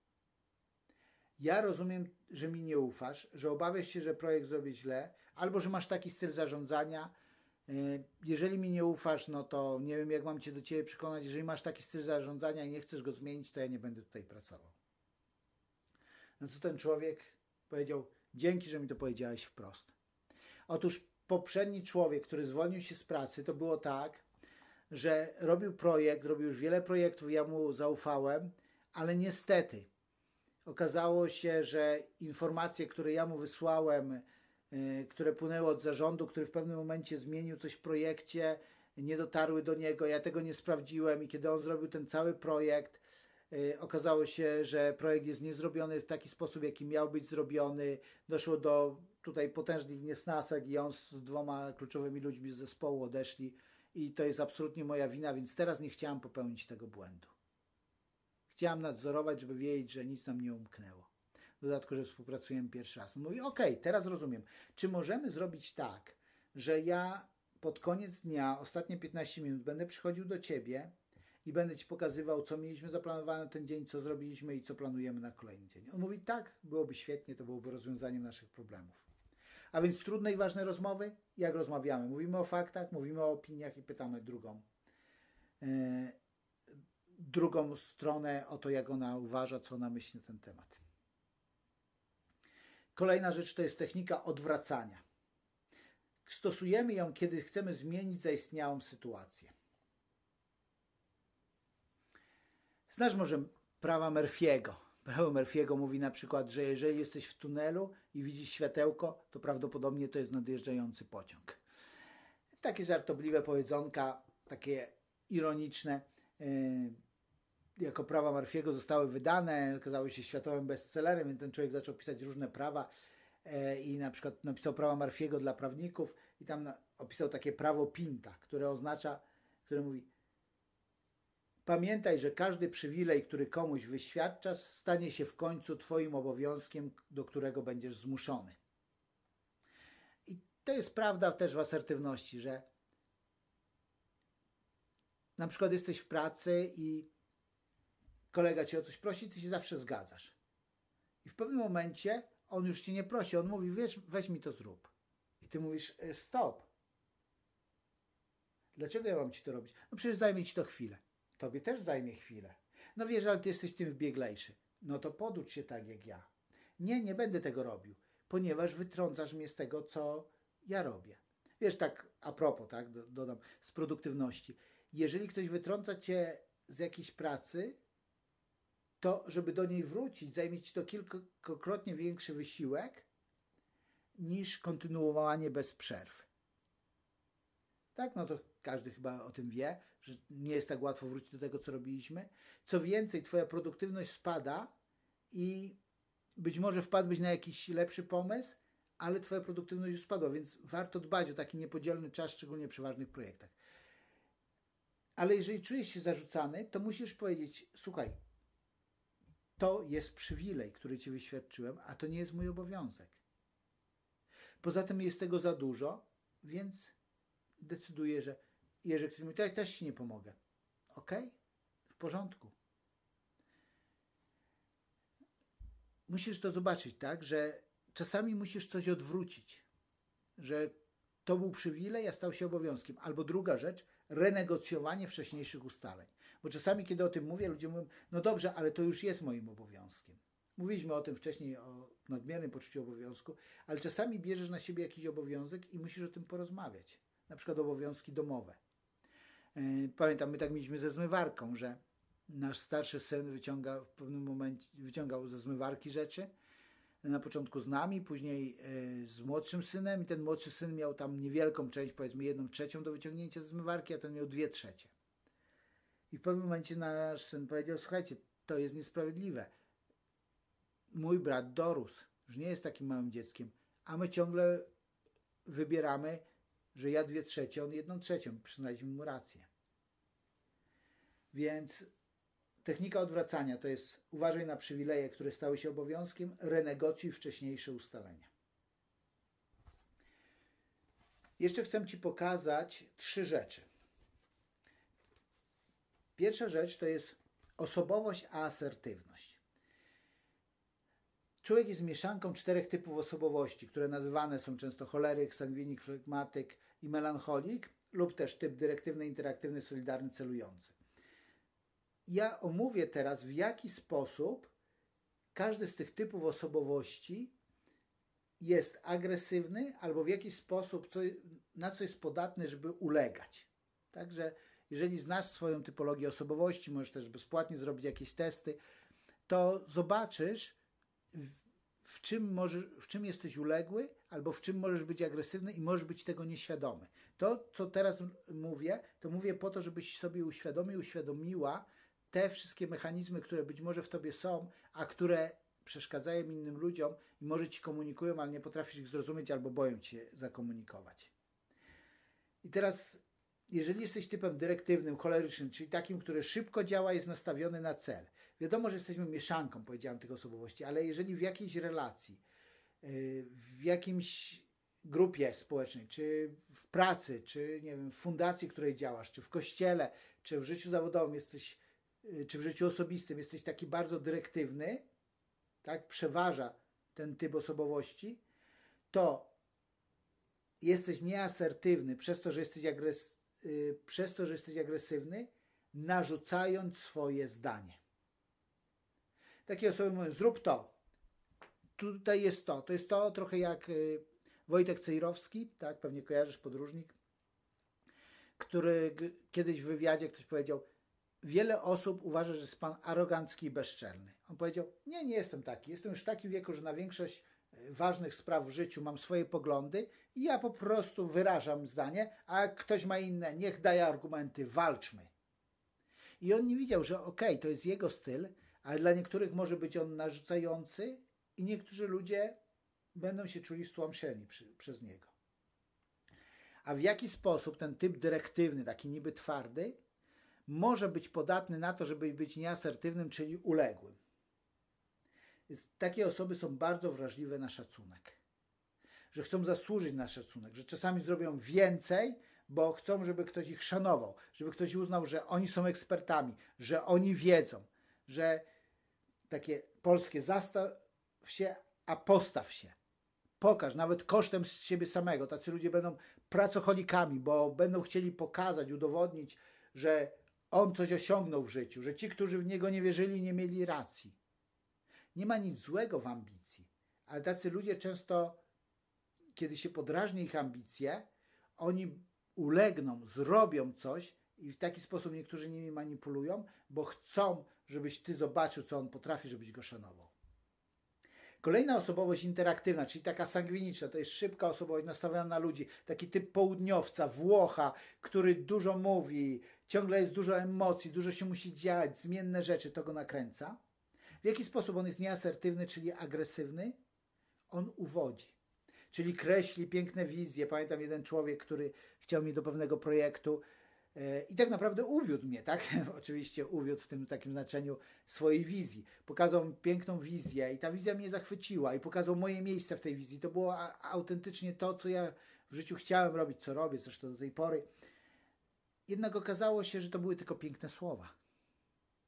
Ja rozumiem, że mi nie ufasz, że obawiasz się, że projekt zrobię źle, albo że masz taki styl zarządzania. Jeżeli mi nie ufasz, no to nie wiem, jak mam cię do ciebie przekonać. Jeżeli masz taki styl zarządzania i nie chcesz go zmienić, to ja nie będę tutaj pracował. No co ten człowiek powiedział, dzięki, że mi to powiedziałeś wprost. Otóż poprzedni człowiek, który zwolnił się z pracy, to było tak, że robił projekt, robił już wiele projektów, ja mu zaufałem, ale niestety okazało się, że informacje, które ja mu wysłałem, które płynęły od zarządu, który w pewnym momencie zmienił coś w projekcie, nie dotarły do niego, ja tego nie sprawdziłem i kiedy on zrobił ten cały projekt, okazało się, że projekt jest niezrobiony w taki sposób, jaki miał być zrobiony. Doszło do tutaj potężnych niesnasek i on z 2 kluczowymi ludźmi z zespołu odeszli i to jest absolutnie moja wina, więc teraz nie chciałam popełnić tego błędu. Chciałam nadzorować, żeby wiedzieć, że nic nam nie umknęło. W dodatku, że współpracujemy pierwszy raz. On mówi, okej, teraz rozumiem. Czy możemy zrobić tak, że ja pod koniec dnia, ostatnie 15 minut będę przychodził do ciebie i będę ci pokazywał, co mieliśmy zaplanowane na ten dzień, co zrobiliśmy i co planujemy na kolejny dzień. On mówi, tak, byłoby świetnie, to byłoby rozwiązaniem naszych problemów. A więc trudne i ważne rozmowy, jak rozmawiamy? Mówimy o faktach, mówimy o opiniach i pytamy drugą stronę o to, jak ona uważa, co ona myśli na ten temat. Kolejna rzecz to jest technika odwracania. Stosujemy ją, kiedy chcemy zmienić zaistniałą sytuację. Znasz może prawa Murphy'ego. Prawo Murphy'ego mówi na przykład, że jeżeli jesteś w tunelu i widzisz światełko, to prawdopodobnie to jest nadjeżdżający pociąg. Takie żartobliwe powiedzonka, takie ironiczne, jako prawa Murphy'ego zostały wydane, okazały się światowym bestsellerem, więc ten człowiek zaczął pisać różne prawa i na przykład napisał prawa Murphy'ego dla prawników i tam opisał takie prawo Pinta, które mówi: pamiętaj, że każdy przywilej, który komuś wyświadczasz, stanie się w końcu twoim obowiązkiem, do którego będziesz zmuszony. I to jest prawda też w asertywności, że na przykład jesteś w pracy i kolega cię o coś prosi, ty się zawsze zgadzasz. I w pewnym momencie on już cię nie prosi, on mówi, wiesz, weź mi to zrób. I ty mówisz, stop. Dlaczego ja mam ci to robić? No przecież zajmie ci to chwilę. Tobie też zajmie chwilę. No wiesz, ale ty jesteś tym wbieglejszy. No to poducz się tak jak ja. Nie będę tego robił, ponieważ wytrącasz mnie z tego, co ja robię. Wiesz, tak a propos, tak, dodam, z produktywności. Jeżeli ktoś wytrąca cię z jakiejś pracy, to żeby do niej wrócić, zajmie ci to kilkukrotnie większy wysiłek niż kontynuowanie bez przerw. Tak, no to każdy chyba o tym wie, że nie jest tak łatwo wrócić do tego, co robiliśmy. Co więcej, twoja produktywność spada i być może wpadłbyś na jakiś lepszy pomysł, ale twoja produktywność już spadła, więc warto dbać o taki niepodzielny czas, szczególnie przy ważnych projektach. Ale jeżeli czujesz się zarzucany, to musisz powiedzieć, słuchaj, to jest przywilej, który ci wyświadczyłem, a to nie jest mój obowiązek. Poza tym jest tego za dużo, więc decyduję, że jeżeli ktoś mówi, to ja też ci nie pomogę. Ok? porządku. Musisz to zobaczyć, tak, że czasami musisz coś odwrócić, że to był przywilej, a stał się obowiązkiem. Albo druga rzecz, renegocjowanie wcześniejszych ustaleń. Bo czasami, kiedy o tym mówię, ludzie mówią, no dobrze, ale to już jest moim obowiązkiem. Mówiliśmy o tym wcześniej, o nadmiernym poczuciu obowiązku, ale czasami bierzesz na siebie jakiś obowiązek i musisz o tym porozmawiać. Na przykład obowiązki domowe. Pamiętam, my tak mieliśmy ze zmywarką, że nasz starszy syn w pewnym momencie wyciągał ze zmywarki rzeczy. Na początku z nami, później z młodszym synem i ten młodszy syn miał tam niewielką część, powiedzmy 1/3 do wyciągnięcia ze zmywarki, a ten miał 2/3. I w pewnym momencie nasz syn powiedział, słuchajcie, to jest niesprawiedliwe. Mój brat dorósł, już nie jest takim małym dzieckiem, a my ciągle wybieramy, że ja 2/3, on 1/3. Przyznaliśmy mu rację. Więc technika odwracania to jest uważaj na przywileje, które stały się obowiązkiem, renegocjuj wcześniejsze ustalenia. Jeszcze chcę Ci pokazać 3 rzeczy. Pierwsza rzecz to jest osobowość a asertywność. Człowiek jest mieszanką 4 typów osobowości, które nazywane są często choleryk, sangwinik, flegmatyk i melancholik lub też typ dyrektywny, interaktywny, solidarny, celujący. Ja omówię teraz, w jaki sposób każdy z tych typów osobowości jest agresywny albo w jaki sposób na co jest podatny, żeby ulegać. Także jeżeli znasz swoją typologię osobowości, możesz też bezpłatnie zrobić jakieś testy, to zobaczysz, w czym jesteś uległy albo w czym możesz być agresywny i możesz być tego nieświadomy. To, co teraz mówię, to mówię po to, żebyś sobie uświadomiła te wszystkie mechanizmy, które być może w tobie są, a które przeszkadzają innym ludziom i może ci komunikują, ale nie potrafisz ich zrozumieć albo boją cię zakomunikować. I teraz, jeżeli jesteś typem dyrektywnym, cholerycznym, czyli takim, który szybko działa, jest nastawiony na cel. Wiadomo, że jesteśmy mieszanką, powiedziałem, tych osobowości, ale jeżeli w jakiejś relacji, w jakimś grupie społecznej, czy w pracy, czy nie wiem, w fundacji, w której działasz, czy w kościele, czy w życiu zawodowym jesteś, czy w życiu osobistym jesteś taki bardzo dyrektywny, tak, przeważa ten typ osobowości, to jesteś nieasertywny przez to, że jesteś agresywny, narzucając swoje zdanie. Takie osoby mówią, zrób to. Tutaj jest to. To jest to trochę jak Wojtek Cejrowski, tak, pewnie kojarzysz, podróżnik, który kiedyś w wywiadzie ktoś powiedział, wiele osób uważa, że jest pan arogancki i bezczelny. On powiedział, nie jestem taki. Jestem już w takim wieku, że na większość ważnych spraw w życiu mam swoje poglądy i ja po prostu wyrażam zdanie, a jak ktoś ma inne, niech daje argumenty, walczmy. I on nie widział, że to jest jego styl, ale dla niektórych może być on narzucający i niektórzy ludzie będą się czuli stłamszeni przez niego. A w jaki sposób ten typ dyrektywny, taki niby twardy, może być podatny na to, żeby być nieasertywnym, czyli uległym. Takie osoby są bardzo wrażliwe na szacunek. Że chcą zasłużyć na szacunek, że czasami zrobią więcej, bo chcą, żeby ktoś ich szanował, żeby ktoś uznał, że oni są ekspertami, że oni wiedzą, że takie polskie zastaw się, a postaw się. Pokaż, nawet kosztem z siebie samego. Tacy ludzie będą pracocholikami, bo będą chcieli pokazać, udowodnić, że on coś osiągnął w życiu, że ci, którzy w niego nie wierzyli, nie mieli racji. Nie ma nic złego w ambicji, ale tacy ludzie często, kiedy się podrażni ich ambicje, oni ulegną, zrobią coś i w taki sposób niektórzy nimi manipulują, bo chcą, żebyś ty zobaczył, co on potrafi, żebyś go szanował. Kolejna osobowość interaktywna, czyli taka sangwiniczna, to jest szybka osobowość nastawiona na ludzi, taki typ południowca, Włocha, który dużo mówi, ciągle jest dużo emocji, dużo się musi dziać, zmienne rzeczy, to go nakręca. W jaki sposób on jest nieasertywny, czyli agresywny? On uwodzi, czyli kreśli piękne wizje. Pamiętam jeden człowiek, który chciał mnie do pewnego projektu i tak naprawdę uwiódł mnie, tak? Oczywiście uwiódł w tym takim znaczeniu swojej wizji. Pokazał mi piękną wizję i ta wizja mnie zachwyciła i pokazał moje miejsce w tej wizji. To było autentycznie to, co ja w życiu chciałem robić, co robię zresztą do tej pory. Jednak okazało się, że to były tylko piękne słowa.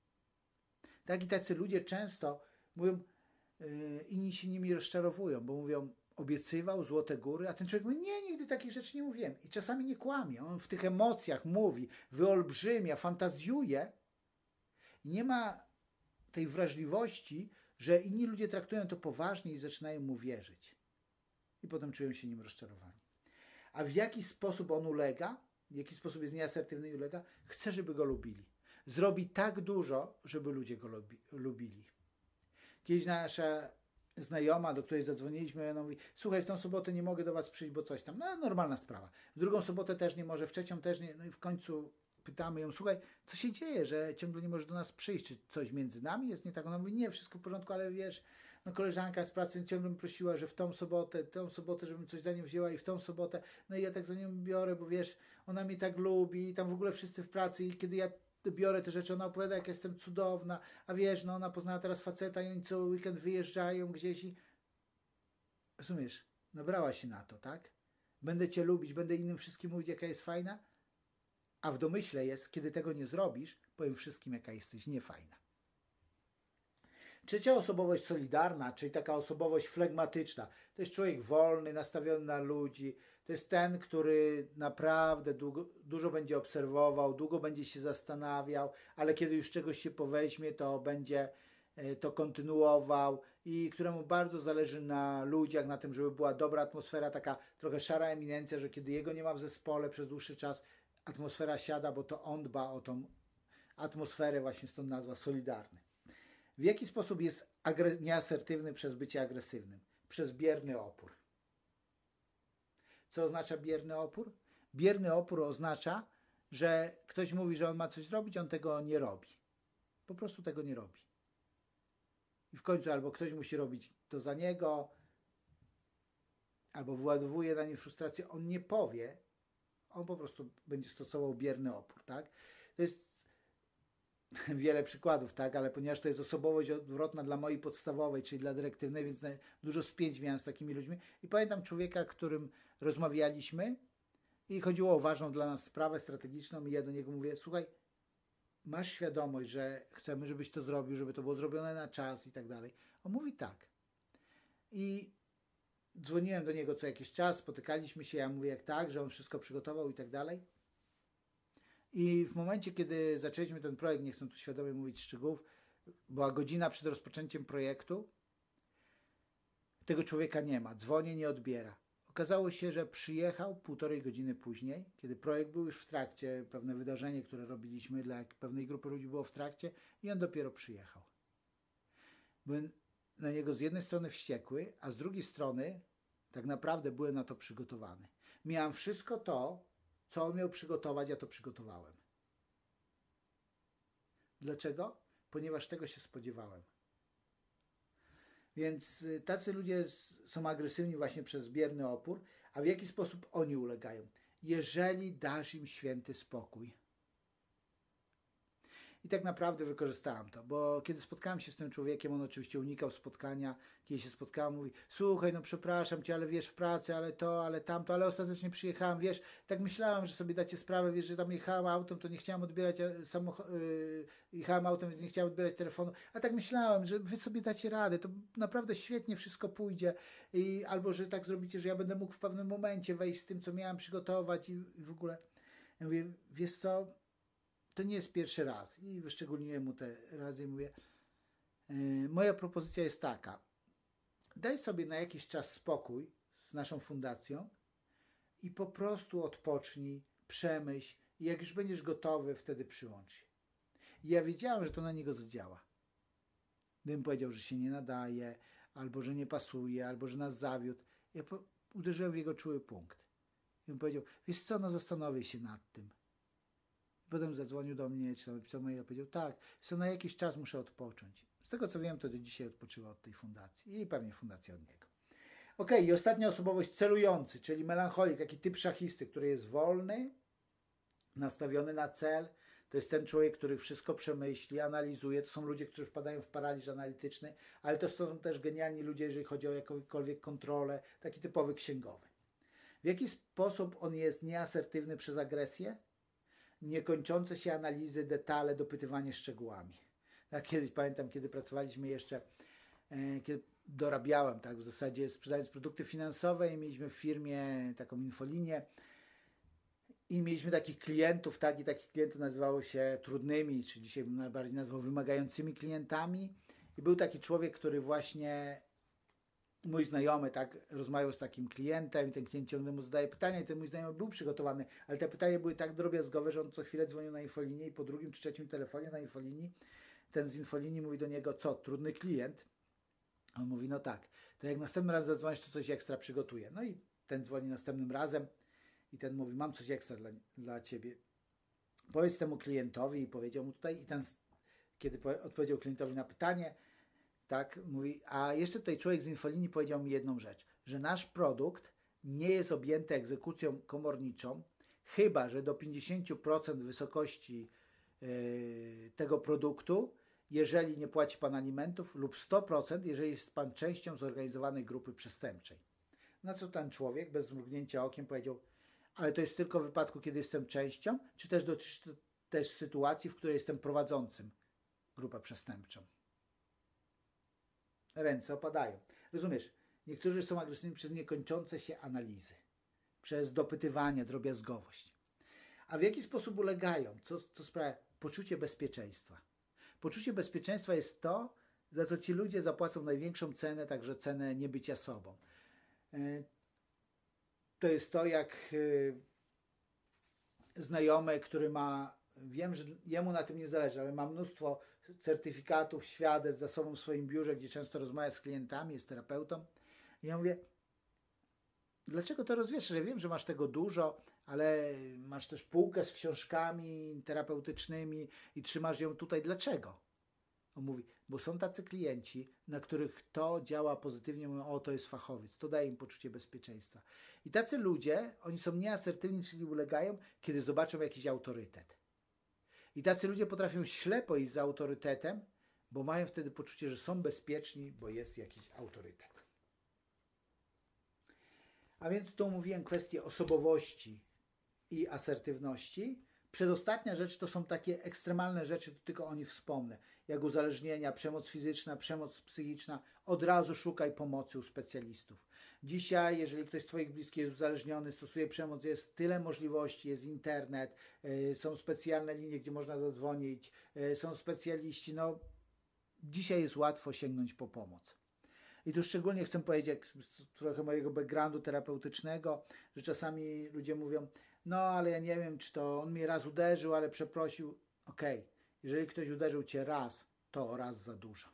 Tak i tacy ludzie często mówią, inni się nimi rozczarowują, bo mówią, obiecywał złote góry, a ten człowiek mówi, nie, nigdy takich rzeczy nie mówiłem. I czasami nie kłamie. On w tych emocjach mówi, wyolbrzymia, fantazjuje i nie ma tej wrażliwości, że inni ludzie traktują to poważnie i zaczynają mu wierzyć. I potem czują się nim rozczarowani. A w jaki sposób on ulega? W jaki sposób jest nieasertywny i ulega? Chce, żeby go lubili. Zrobi tak dużo, żeby ludzie go lubili. Kiedyś nasza znajoma, do której zadzwoniliśmy, ona mówi, słuchaj, w tą sobotę nie mogę do was przyjść, bo coś tam. No, normalna sprawa. W drugą sobotę też nie może, w trzecią też nie. No i w końcu pytamy ją, słuchaj, co się dzieje, że ciągle nie możesz do nas przyjść? Czy coś między nami jest nie tak? Ona mówi, nie, wszystko w porządku, ale wiesz, no koleżanka z pracy ciągle mi prosiła, że w tą sobotę, żebym coś za nią wzięła i w tą sobotę, no i ja tak za nią biorę, bo wiesz, ona mnie tak lubi i tam w ogóle wszyscy w pracy i kiedy ja biorę te rzeczy, ona opowiada, jak jestem cudowna, a wiesz, no ona poznała teraz faceta i oni co weekend wyjeżdżają gdzieś i rozumiesz, nabrała się na to, tak? Będę cię lubić, będę innym wszystkim mówić, jaka jest fajna, a w domyśle jest, kiedy tego nie zrobisz, powiem wszystkim, jaka jesteś niefajna. Trzecia osobowość solidarna, czyli taka osobowość flegmatyczna, to jest człowiek wolny, nastawiony na ludzi, to jest ten, który naprawdę dużo będzie obserwował, długo będzie się zastanawiał, ale kiedy już czegoś się poweźmie, to będzie to kontynuował i któremu bardzo zależy na ludziach, na tym, żeby była dobra atmosfera, taka trochę szara eminencja, że kiedy jego nie ma w zespole przez dłuższy czas, atmosfera siada, bo to on dba o tą atmosferę, właśnie stąd nazwa solidarny. W jaki sposób jest nieasertywny przez bycie agresywnym? Przez bierny opór. Co oznacza bierny opór? Bierny opór oznacza, że ktoś mówi, że on ma coś zrobić, on tego nie robi. Po prostu tego nie robi. I w końcu albo ktoś musi robić to za niego, albo wyładowuje na nie frustrację, on nie powie, on po prostu będzie stosował bierny opór, tak? To jest wiele przykładów, tak, ale ponieważ to jest osobowość odwrotna dla mojej podstawowej, czyli dla dyrektywnej, więc dużo spięć miałem z takimi ludźmi i pamiętam człowieka, którym rozmawialiśmy i chodziło o ważną dla nas sprawę strategiczną i ja do niego mówię, słuchaj, masz świadomość, że chcemy, żebyś to zrobił, żeby to było zrobione na czas i tak dalej. On mówi tak. I dzwoniłem do niego co jakiś czas, spotykaliśmy się, ja mówię jak tak, że on wszystko przygotował i tak dalej. I w momencie, kiedy zaczęliśmy ten projekt, nie chcę tu świadomie mówić szczegółów, była godzina przed rozpoczęciem projektu, tego człowieka nie ma, dzwonię, nie odbiera. Okazało się, że przyjechał 1,5 godziny później, kiedy projekt był już w trakcie, pewne wydarzenie, które robiliśmy dla pewnej grupy ludzi było w trakcie i on dopiero przyjechał. Byłem na niego z jednej strony wściekły, a z drugiej strony tak naprawdę byłem na to przygotowany. Miałem wszystko to, co on miał przygotować, ja to przygotowałem. Dlaczego? Ponieważ tego się spodziewałem. Więc tacy ludzie są agresywni właśnie przez bierny opór, a w jaki sposób oni ulegają? Jeżeli dasz im święty spokój. I tak naprawdę wykorzystałem to, bo kiedy spotkałem się z tym człowiekiem, on oczywiście unikał spotkania. Kiedy się spotkałem, mówi, słuchaj, no przepraszam cię, ale wiesz, w pracy, ale to, ale tamto, ale ostatecznie przyjechałem, wiesz, tak myślałem, że sobie dacie sprawę, wiesz, że tam jechałem autem, to nie chciałem odbierać jechałem autem, więc nie chciałem odbierać telefonu, a tak myślałem, że wy sobie dacie radę, to naprawdę świetnie wszystko pójdzie albo, że tak zrobicie, że ja będę mógł w pewnym momencie wejść z tym, co miałem przygotować i w ogóle. Ja mówię, wiesz co, to nie jest pierwszy raz i wyszczególniłem mu te razy i mówię, moja propozycja jest taka, daj sobie na jakiś czas spokój z naszą fundacją i po prostu odpocznij, przemyśl i jak już będziesz gotowy, wtedy przyłącz się. I ja wiedziałem, że to na niego zadziała. Gdybym powiedział, że się nie nadaje, albo że nie pasuje, albo że nas zawiódł, ja uderzyłem w jego czuły punkt. I on powiedział, wiesz co, no zastanowię się nad tym. Potem zadzwonił do mnie, czy napisał maila, powiedział, tak, co na jakiś czas muszę odpocząć. Z tego co wiem, to do dzisiaj odpoczywa od tej fundacji i pewnie fundacja od niego. I ostatnia osobowość, celujący, czyli melancholik, taki typ szachisty, który jest wolny, nastawiony na cel. To jest ten człowiek, który wszystko przemyśli, analizuje. To są ludzie, którzy wpadają w paraliż analityczny, ale to są też genialni ludzie, jeżeli chodzi o jakąkolwiek kontrolę, taki typowy księgowy. W jaki sposób on jest nieasertywny przez agresję? Niekończące się analizy, detale, dopytywanie szczegółami. Ja kiedyś pamiętam, kiedy pracowaliśmy jeszcze, kiedy dorabiałem, tak, w zasadzie sprzedając produkty finansowe i mieliśmy w firmie taką infolinię i mieliśmy takich klientów, tak, i takich klientów nazywało się trudnymi, czy dzisiaj bym najbardziej nazwał wymagającymi klientami. I był taki człowiek, który właśnie, mój znajomy, tak, rozmawiał z takim klientem i ten klient ciągle mu zadaje pytania i ten mój znajomy był przygotowany, ale te pytania były tak drobiazgowe, że on co chwilę dzwonił na infolinię i po drugim czy trzecim telefonie na infolinii ten z infolinii mówi do niego, co, trudny klient? A on mówi, no tak, to jak następnym razem zadzwonisz, to coś ekstra przygotuję. No i ten dzwoni następnym razem i ten mówi, mam coś ekstra dla ciebie. Powiedz temu klientowi i powiedział mu tutaj i ten, kiedy odpowiedział klientowi na pytanie, tak, mówi, a jeszcze tutaj człowiek z infolinii powiedział mi jedną rzecz, że nasz produkt nie jest objęty egzekucją komorniczą, chyba że do 50% wysokości tego produktu, jeżeli nie płaci pan alimentów, lub 100%, jeżeli jest pan częścią zorganizowanej grupy przestępczej. Na co ten człowiek bez mrugnięcia okiem powiedział, ale to jest tylko w wypadku, kiedy jestem częścią, czy też dotyczy też sytuacji, w której jestem prowadzącym grupę przestępczą. Ręce opadają. Rozumiesz? Niektórzy są agresywni przez niekończące się analizy, przez dopytywanie, drobiazgowość. A w jaki sposób ulegają? Co sprawia? Poczucie bezpieczeństwa. Poczucie bezpieczeństwa jest to, za co ci ludzie zapłacą największą cenę, także cenę niebycia sobą. To jest to, jak znajomy, który ma, wiem, że jemu na tym nie zależy, ale ma mnóstwo certyfikatów, świadectw za sobą w swoim biurze, gdzie często rozmawia z klientami, jest terapeutą. I ja mówię, dlaczego to rozwieszasz? Ja wiem, że masz tego dużo, ale masz też półkę z książkami terapeutycznymi i trzymasz ją tutaj. Dlaczego? On mówi, bo są tacy klienci, na których to działa pozytywnie, mówią, o, to jest fachowiec, to daje im poczucie bezpieczeństwa. I tacy ludzie, oni są nieasertywni, czyli ulegają, kiedy zobaczą jakiś autorytet. I tacy ludzie potrafią ślepo iść za autorytetem, bo mają wtedy poczucie, że są bezpieczni, bo jest jakiś autorytet. A więc tu mówiłem kwestię osobowości i asertywności. Przedostatnia rzecz to są takie ekstremalne rzeczy, to tylko o nich wspomnę, jak uzależnienia, przemoc fizyczna, przemoc psychiczna. Od razu szukaj pomocy u specjalistów. Dzisiaj, jeżeli ktoś z Twoich bliskich jest uzależniony, stosuje przemoc, jest tyle możliwości, jest internet, są specjalne linie, gdzie można zadzwonić, są specjaliści. No, dzisiaj jest łatwo sięgnąć po pomoc. I tu szczególnie chcę powiedzieć, jak trochę mojego backgroundu terapeutycznego, że czasami ludzie mówią, no ale ja nie wiem, czy to on mnie raz uderzył, ale przeprosił. Okej, jeżeli ktoś uderzył Cię raz, to raz za dużo.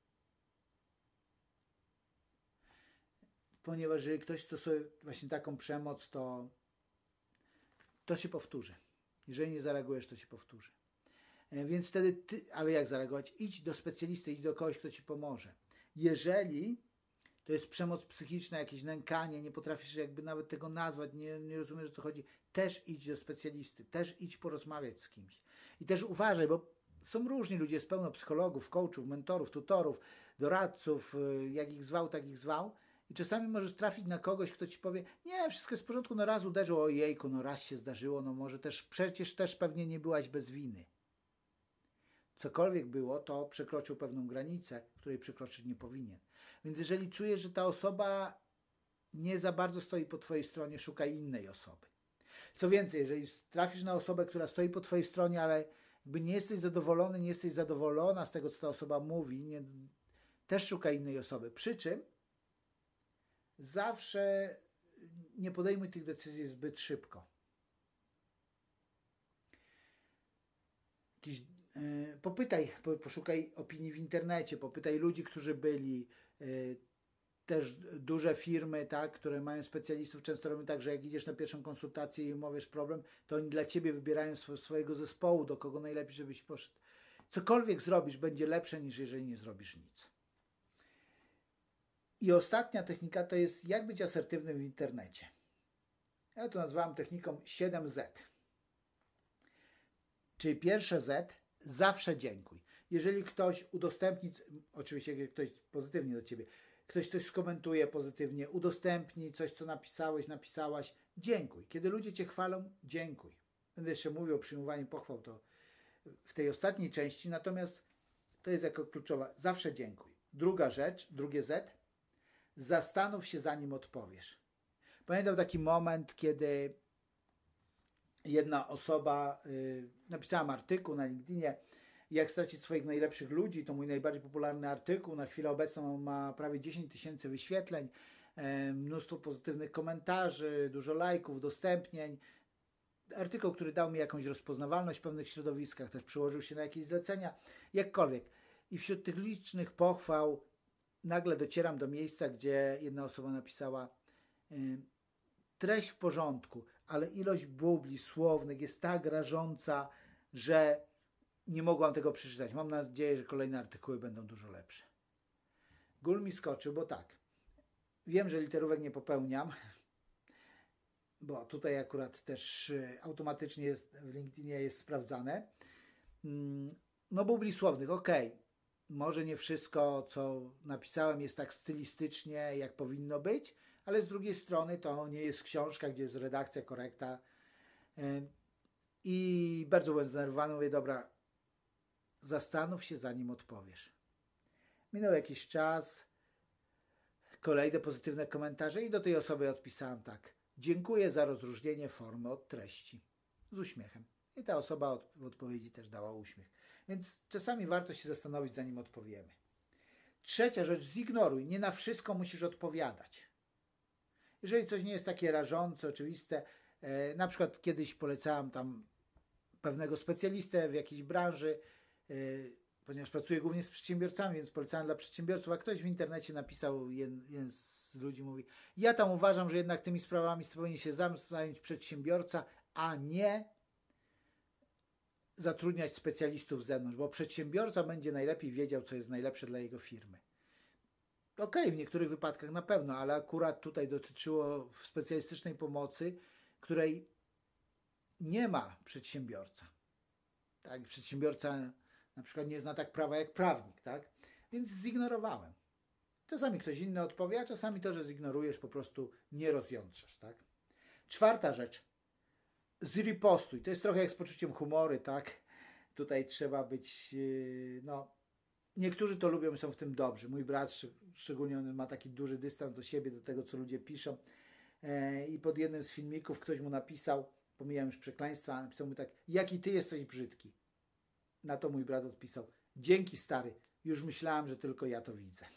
Ponieważ jeżeli ktoś stosuje właśnie taką przemoc, to się powtórzy. Jeżeli nie zareagujesz, to się powtórzy. Więc wtedy ale jak zareagować? Idź do specjalisty, idź do kogoś, kto Ci pomoże. Jeżeli to jest przemoc psychiczna, jakieś nękanie, nie potrafisz jakby nawet tego nazwać, nie rozumiesz, o co chodzi, też idź do specjalisty, też idź porozmawiać z kimś. I też uważaj, bo są różni ludzie, jest pełno psychologów, coachów, mentorów, tutorów, doradców, jak ich zwał, tak ich zwał. I czasami możesz trafić na kogoś, kto Ci powie, nie, wszystko jest w porządku, no raz uderzył, ojejku, no raz się zdarzyło, no może też, przecież też pewnie nie byłaś bez winy. Cokolwiek było, to przekroczył pewną granicę, której przekroczyć nie powinien. Więc jeżeli czujesz, że ta osoba nie za bardzo stoi po Twojej stronie, szukaj innej osoby. Co więcej, jeżeli trafisz na osobę, która stoi po Twojej stronie, ale jakby nie jesteś zadowolony, nie jesteś zadowolona z tego, co ta osoba mówi, też szukaj innej osoby. Przy czym zawsze nie podejmuj tych decyzji zbyt szybko. Poszukaj opinii w internecie, popytaj ludzi, którzy byli, też duże firmy, tak, które mają specjalistów, często robią tak, że jak idziesz na pierwszą konsultację i omawiasz problem, to oni dla Ciebie wybierają swojego zespołu, do kogo najlepiej, żebyś poszedł. Cokolwiek zrobisz, będzie lepsze, niż jeżeli nie zrobisz nic. I ostatnia technika to jest, jak być asertywnym w internecie. Ja to nazwałem techniką 7Z. Czyli pierwsze Z, zawsze dziękuj. Jeżeli ktoś udostępni, oczywiście ktoś pozytywnie do Ciebie, ktoś coś skomentuje pozytywnie, udostępni coś, co napisałeś, napisałaś, dziękuj. Kiedy ludzie Cię chwalą, dziękuj. Będę jeszcze mówił o przyjmowaniu pochwał to w tej ostatniej części, natomiast To jest jako kluczowa. Zawsze dziękuj. Druga rzecz, drugie Z. Zastanów się, zanim odpowiesz. Pamiętam taki moment, kiedy jedna osoba, napisałam artykuł na LinkedInie, jak stracić swoich najlepszych ludzi. To mój najbardziej popularny artykuł. Na chwilę obecną ma prawie 10 000 wyświetleń, mnóstwo pozytywnych komentarzy, dużo lajków, udostępnień. Artykuł, który dał mi jakąś rozpoznawalność w pewnych środowiskach, też przełożył się na jakieś zlecenia, jakkolwiek. I wśród tych licznych pochwał nagle docieram do miejsca, gdzie jedna osoba napisała: treść w porządku, ale ilość bubli słownych jest tak rażąca, że nie mogłam tego przeczytać. Mam nadzieję, że kolejne artykuły będą dużo lepsze. Gól mi skoczył, bo tak, wiem, że literówek nie popełniam, bo tutaj akurat też automatycznie jest, w LinkedInie jest sprawdzane. No bubli słownych, może nie wszystko, co napisałem, jest tak stylistycznie, jak powinno być, ale z drugiej strony to nie jest książka, gdzie jest redakcja, korekta. I bardzo byłem zdenerwowany, mówię: dobra, zastanów się, zanim odpowiesz. Minął jakiś czas, kolejne pozytywne komentarze i do tej osoby odpisałem tak: dziękuję za rozróżnienie formy od treści. Z uśmiechem. I ta osoba w odpowiedzi też dała uśmiech. Więc czasami warto się zastanowić, zanim odpowiemy. Trzecia rzecz, zignoruj. Nie na wszystko musisz odpowiadać. Jeżeli coś nie jest takie rażące, oczywiste, na przykład kiedyś polecałem tam pewnego specjalistę w jakiejś branży, ponieważ pracuję głównie z przedsiębiorcami, więc polecałem dla przedsiębiorców, a ktoś w internecie napisał, jeden z ludzi mówi: ja tam uważam, że jednak tymi sprawami powinien się zająć przedsiębiorca, a nie zatrudniać specjalistów z zewnątrz, bo przedsiębiorca będzie najlepiej wiedział, co jest najlepsze dla jego firmy. W niektórych wypadkach na pewno, ale akurat tutaj dotyczyło specjalistycznej pomocy, której nie ma przedsiębiorca. Tak? Przedsiębiorca na przykład nie zna tak prawa jak prawnik, tak? Więc zignorowałem. Czasami ktoś inny odpowie, a czasami to, że zignorujesz, po prostu nie rozjątrzasz, tak? Czwarta rzecz. Zripostuj. To jest trochę jak z poczuciem humoru, tak? Tutaj trzeba być, niektórzy to lubią, są w tym dobrzy. Mój brat szczególnie, on ma taki duży dystans do siebie, do tego, co ludzie piszą. I pod jednym z filmików ktoś mu napisał, pomijam już przekleństwa, napisał mu tak: jaki ty jesteś brzydki. Na to mój brat odpisał: dzięki, stary, już myślałem, że tylko ja to widzę.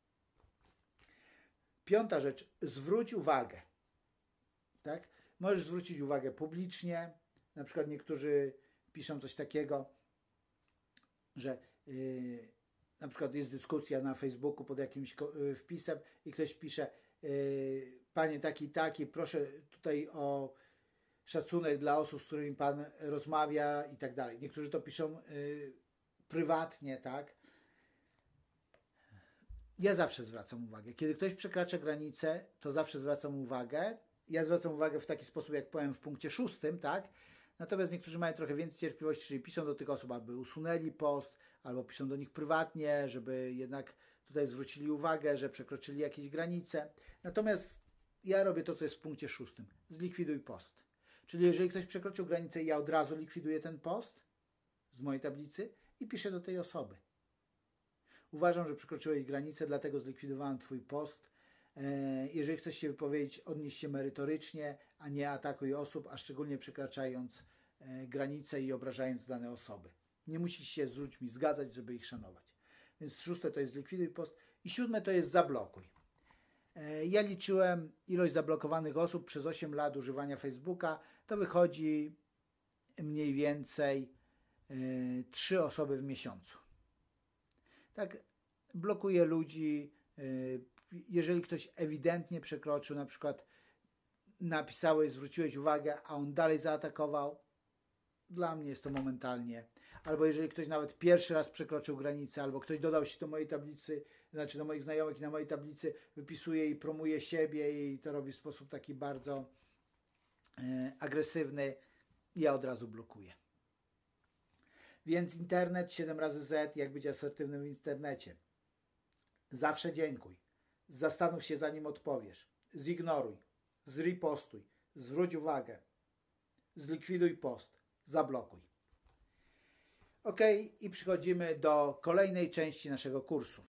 Piąta rzecz, zwróć uwagę. Tak? Możesz zwrócić uwagę publicznie. Na przykład niektórzy piszą coś takiego, że na przykład jest dyskusja na Facebooku pod jakimś wpisem i ktoś pisze: panie taki i taki, proszę tutaj o szacunek dla osób, z którymi pan rozmawia i tak dalej. Niektórzy to piszą prywatnie, tak? Ja zawsze zwracam uwagę. Kiedy ktoś przekracza granicę, to zawsze zwracam uwagę. Ja zwracam uwagę w taki sposób, jak powiem w punkcie 6, tak? Natomiast niektórzy mają trochę więcej cierpliwości, czyli piszą do tych osób, aby usunęli post, albo piszą do nich prywatnie, żeby jednak tutaj zwrócili uwagę, że przekroczyli jakieś granice. Natomiast ja robię to, co jest w punkcie 6. Zlikwiduj post. Czyli jeżeli ktoś przekroczył granicę, ja od razu likwiduję ten post z mojej tablicy i piszę do tej osoby: uważam, że przekroczyłeś granicę, dlatego zlikwidowałem twój post. Jeżeli chcesz się wypowiedzieć, odnieś się merytorycznie, a nie atakuj osób, a szczególnie przekraczając granice i obrażając dane osoby. Nie musisz się z ludźmi zgadzać, żeby ich szanować. Więc 6 to jest zlikwiduj post i 7 to jest zablokuj. Ja liczyłem ilość zablokowanych osób przez 8 lat używania Facebooka. To wychodzi mniej więcej 3 osoby w miesiącu. Tak, blokuję ludzi. Jeżeli ktoś ewidentnie przekroczył, na przykład napisałeś, zwróciłeś uwagę, a on dalej zaatakował, dla mnie jest to momentalnie. Albo jeżeli ktoś nawet pierwszy raz przekroczył granicę, albo ktoś dodał się do mojej tablicy, znaczy do moich znajomych i na mojej tablicy wypisuje i promuje siebie i to robi w sposób taki bardzo agresywny, ja od razu blokuję. Więc internet 7 razy Z, jak być asertywnym w internecie. Zawsze dziękuj. Zastanów się, zanim odpowiesz. Zignoruj. Zripostuj. Zwróć uwagę. Zlikwiduj post. Zablokuj. Ok, i przechodzimy do kolejnej części naszego kursu.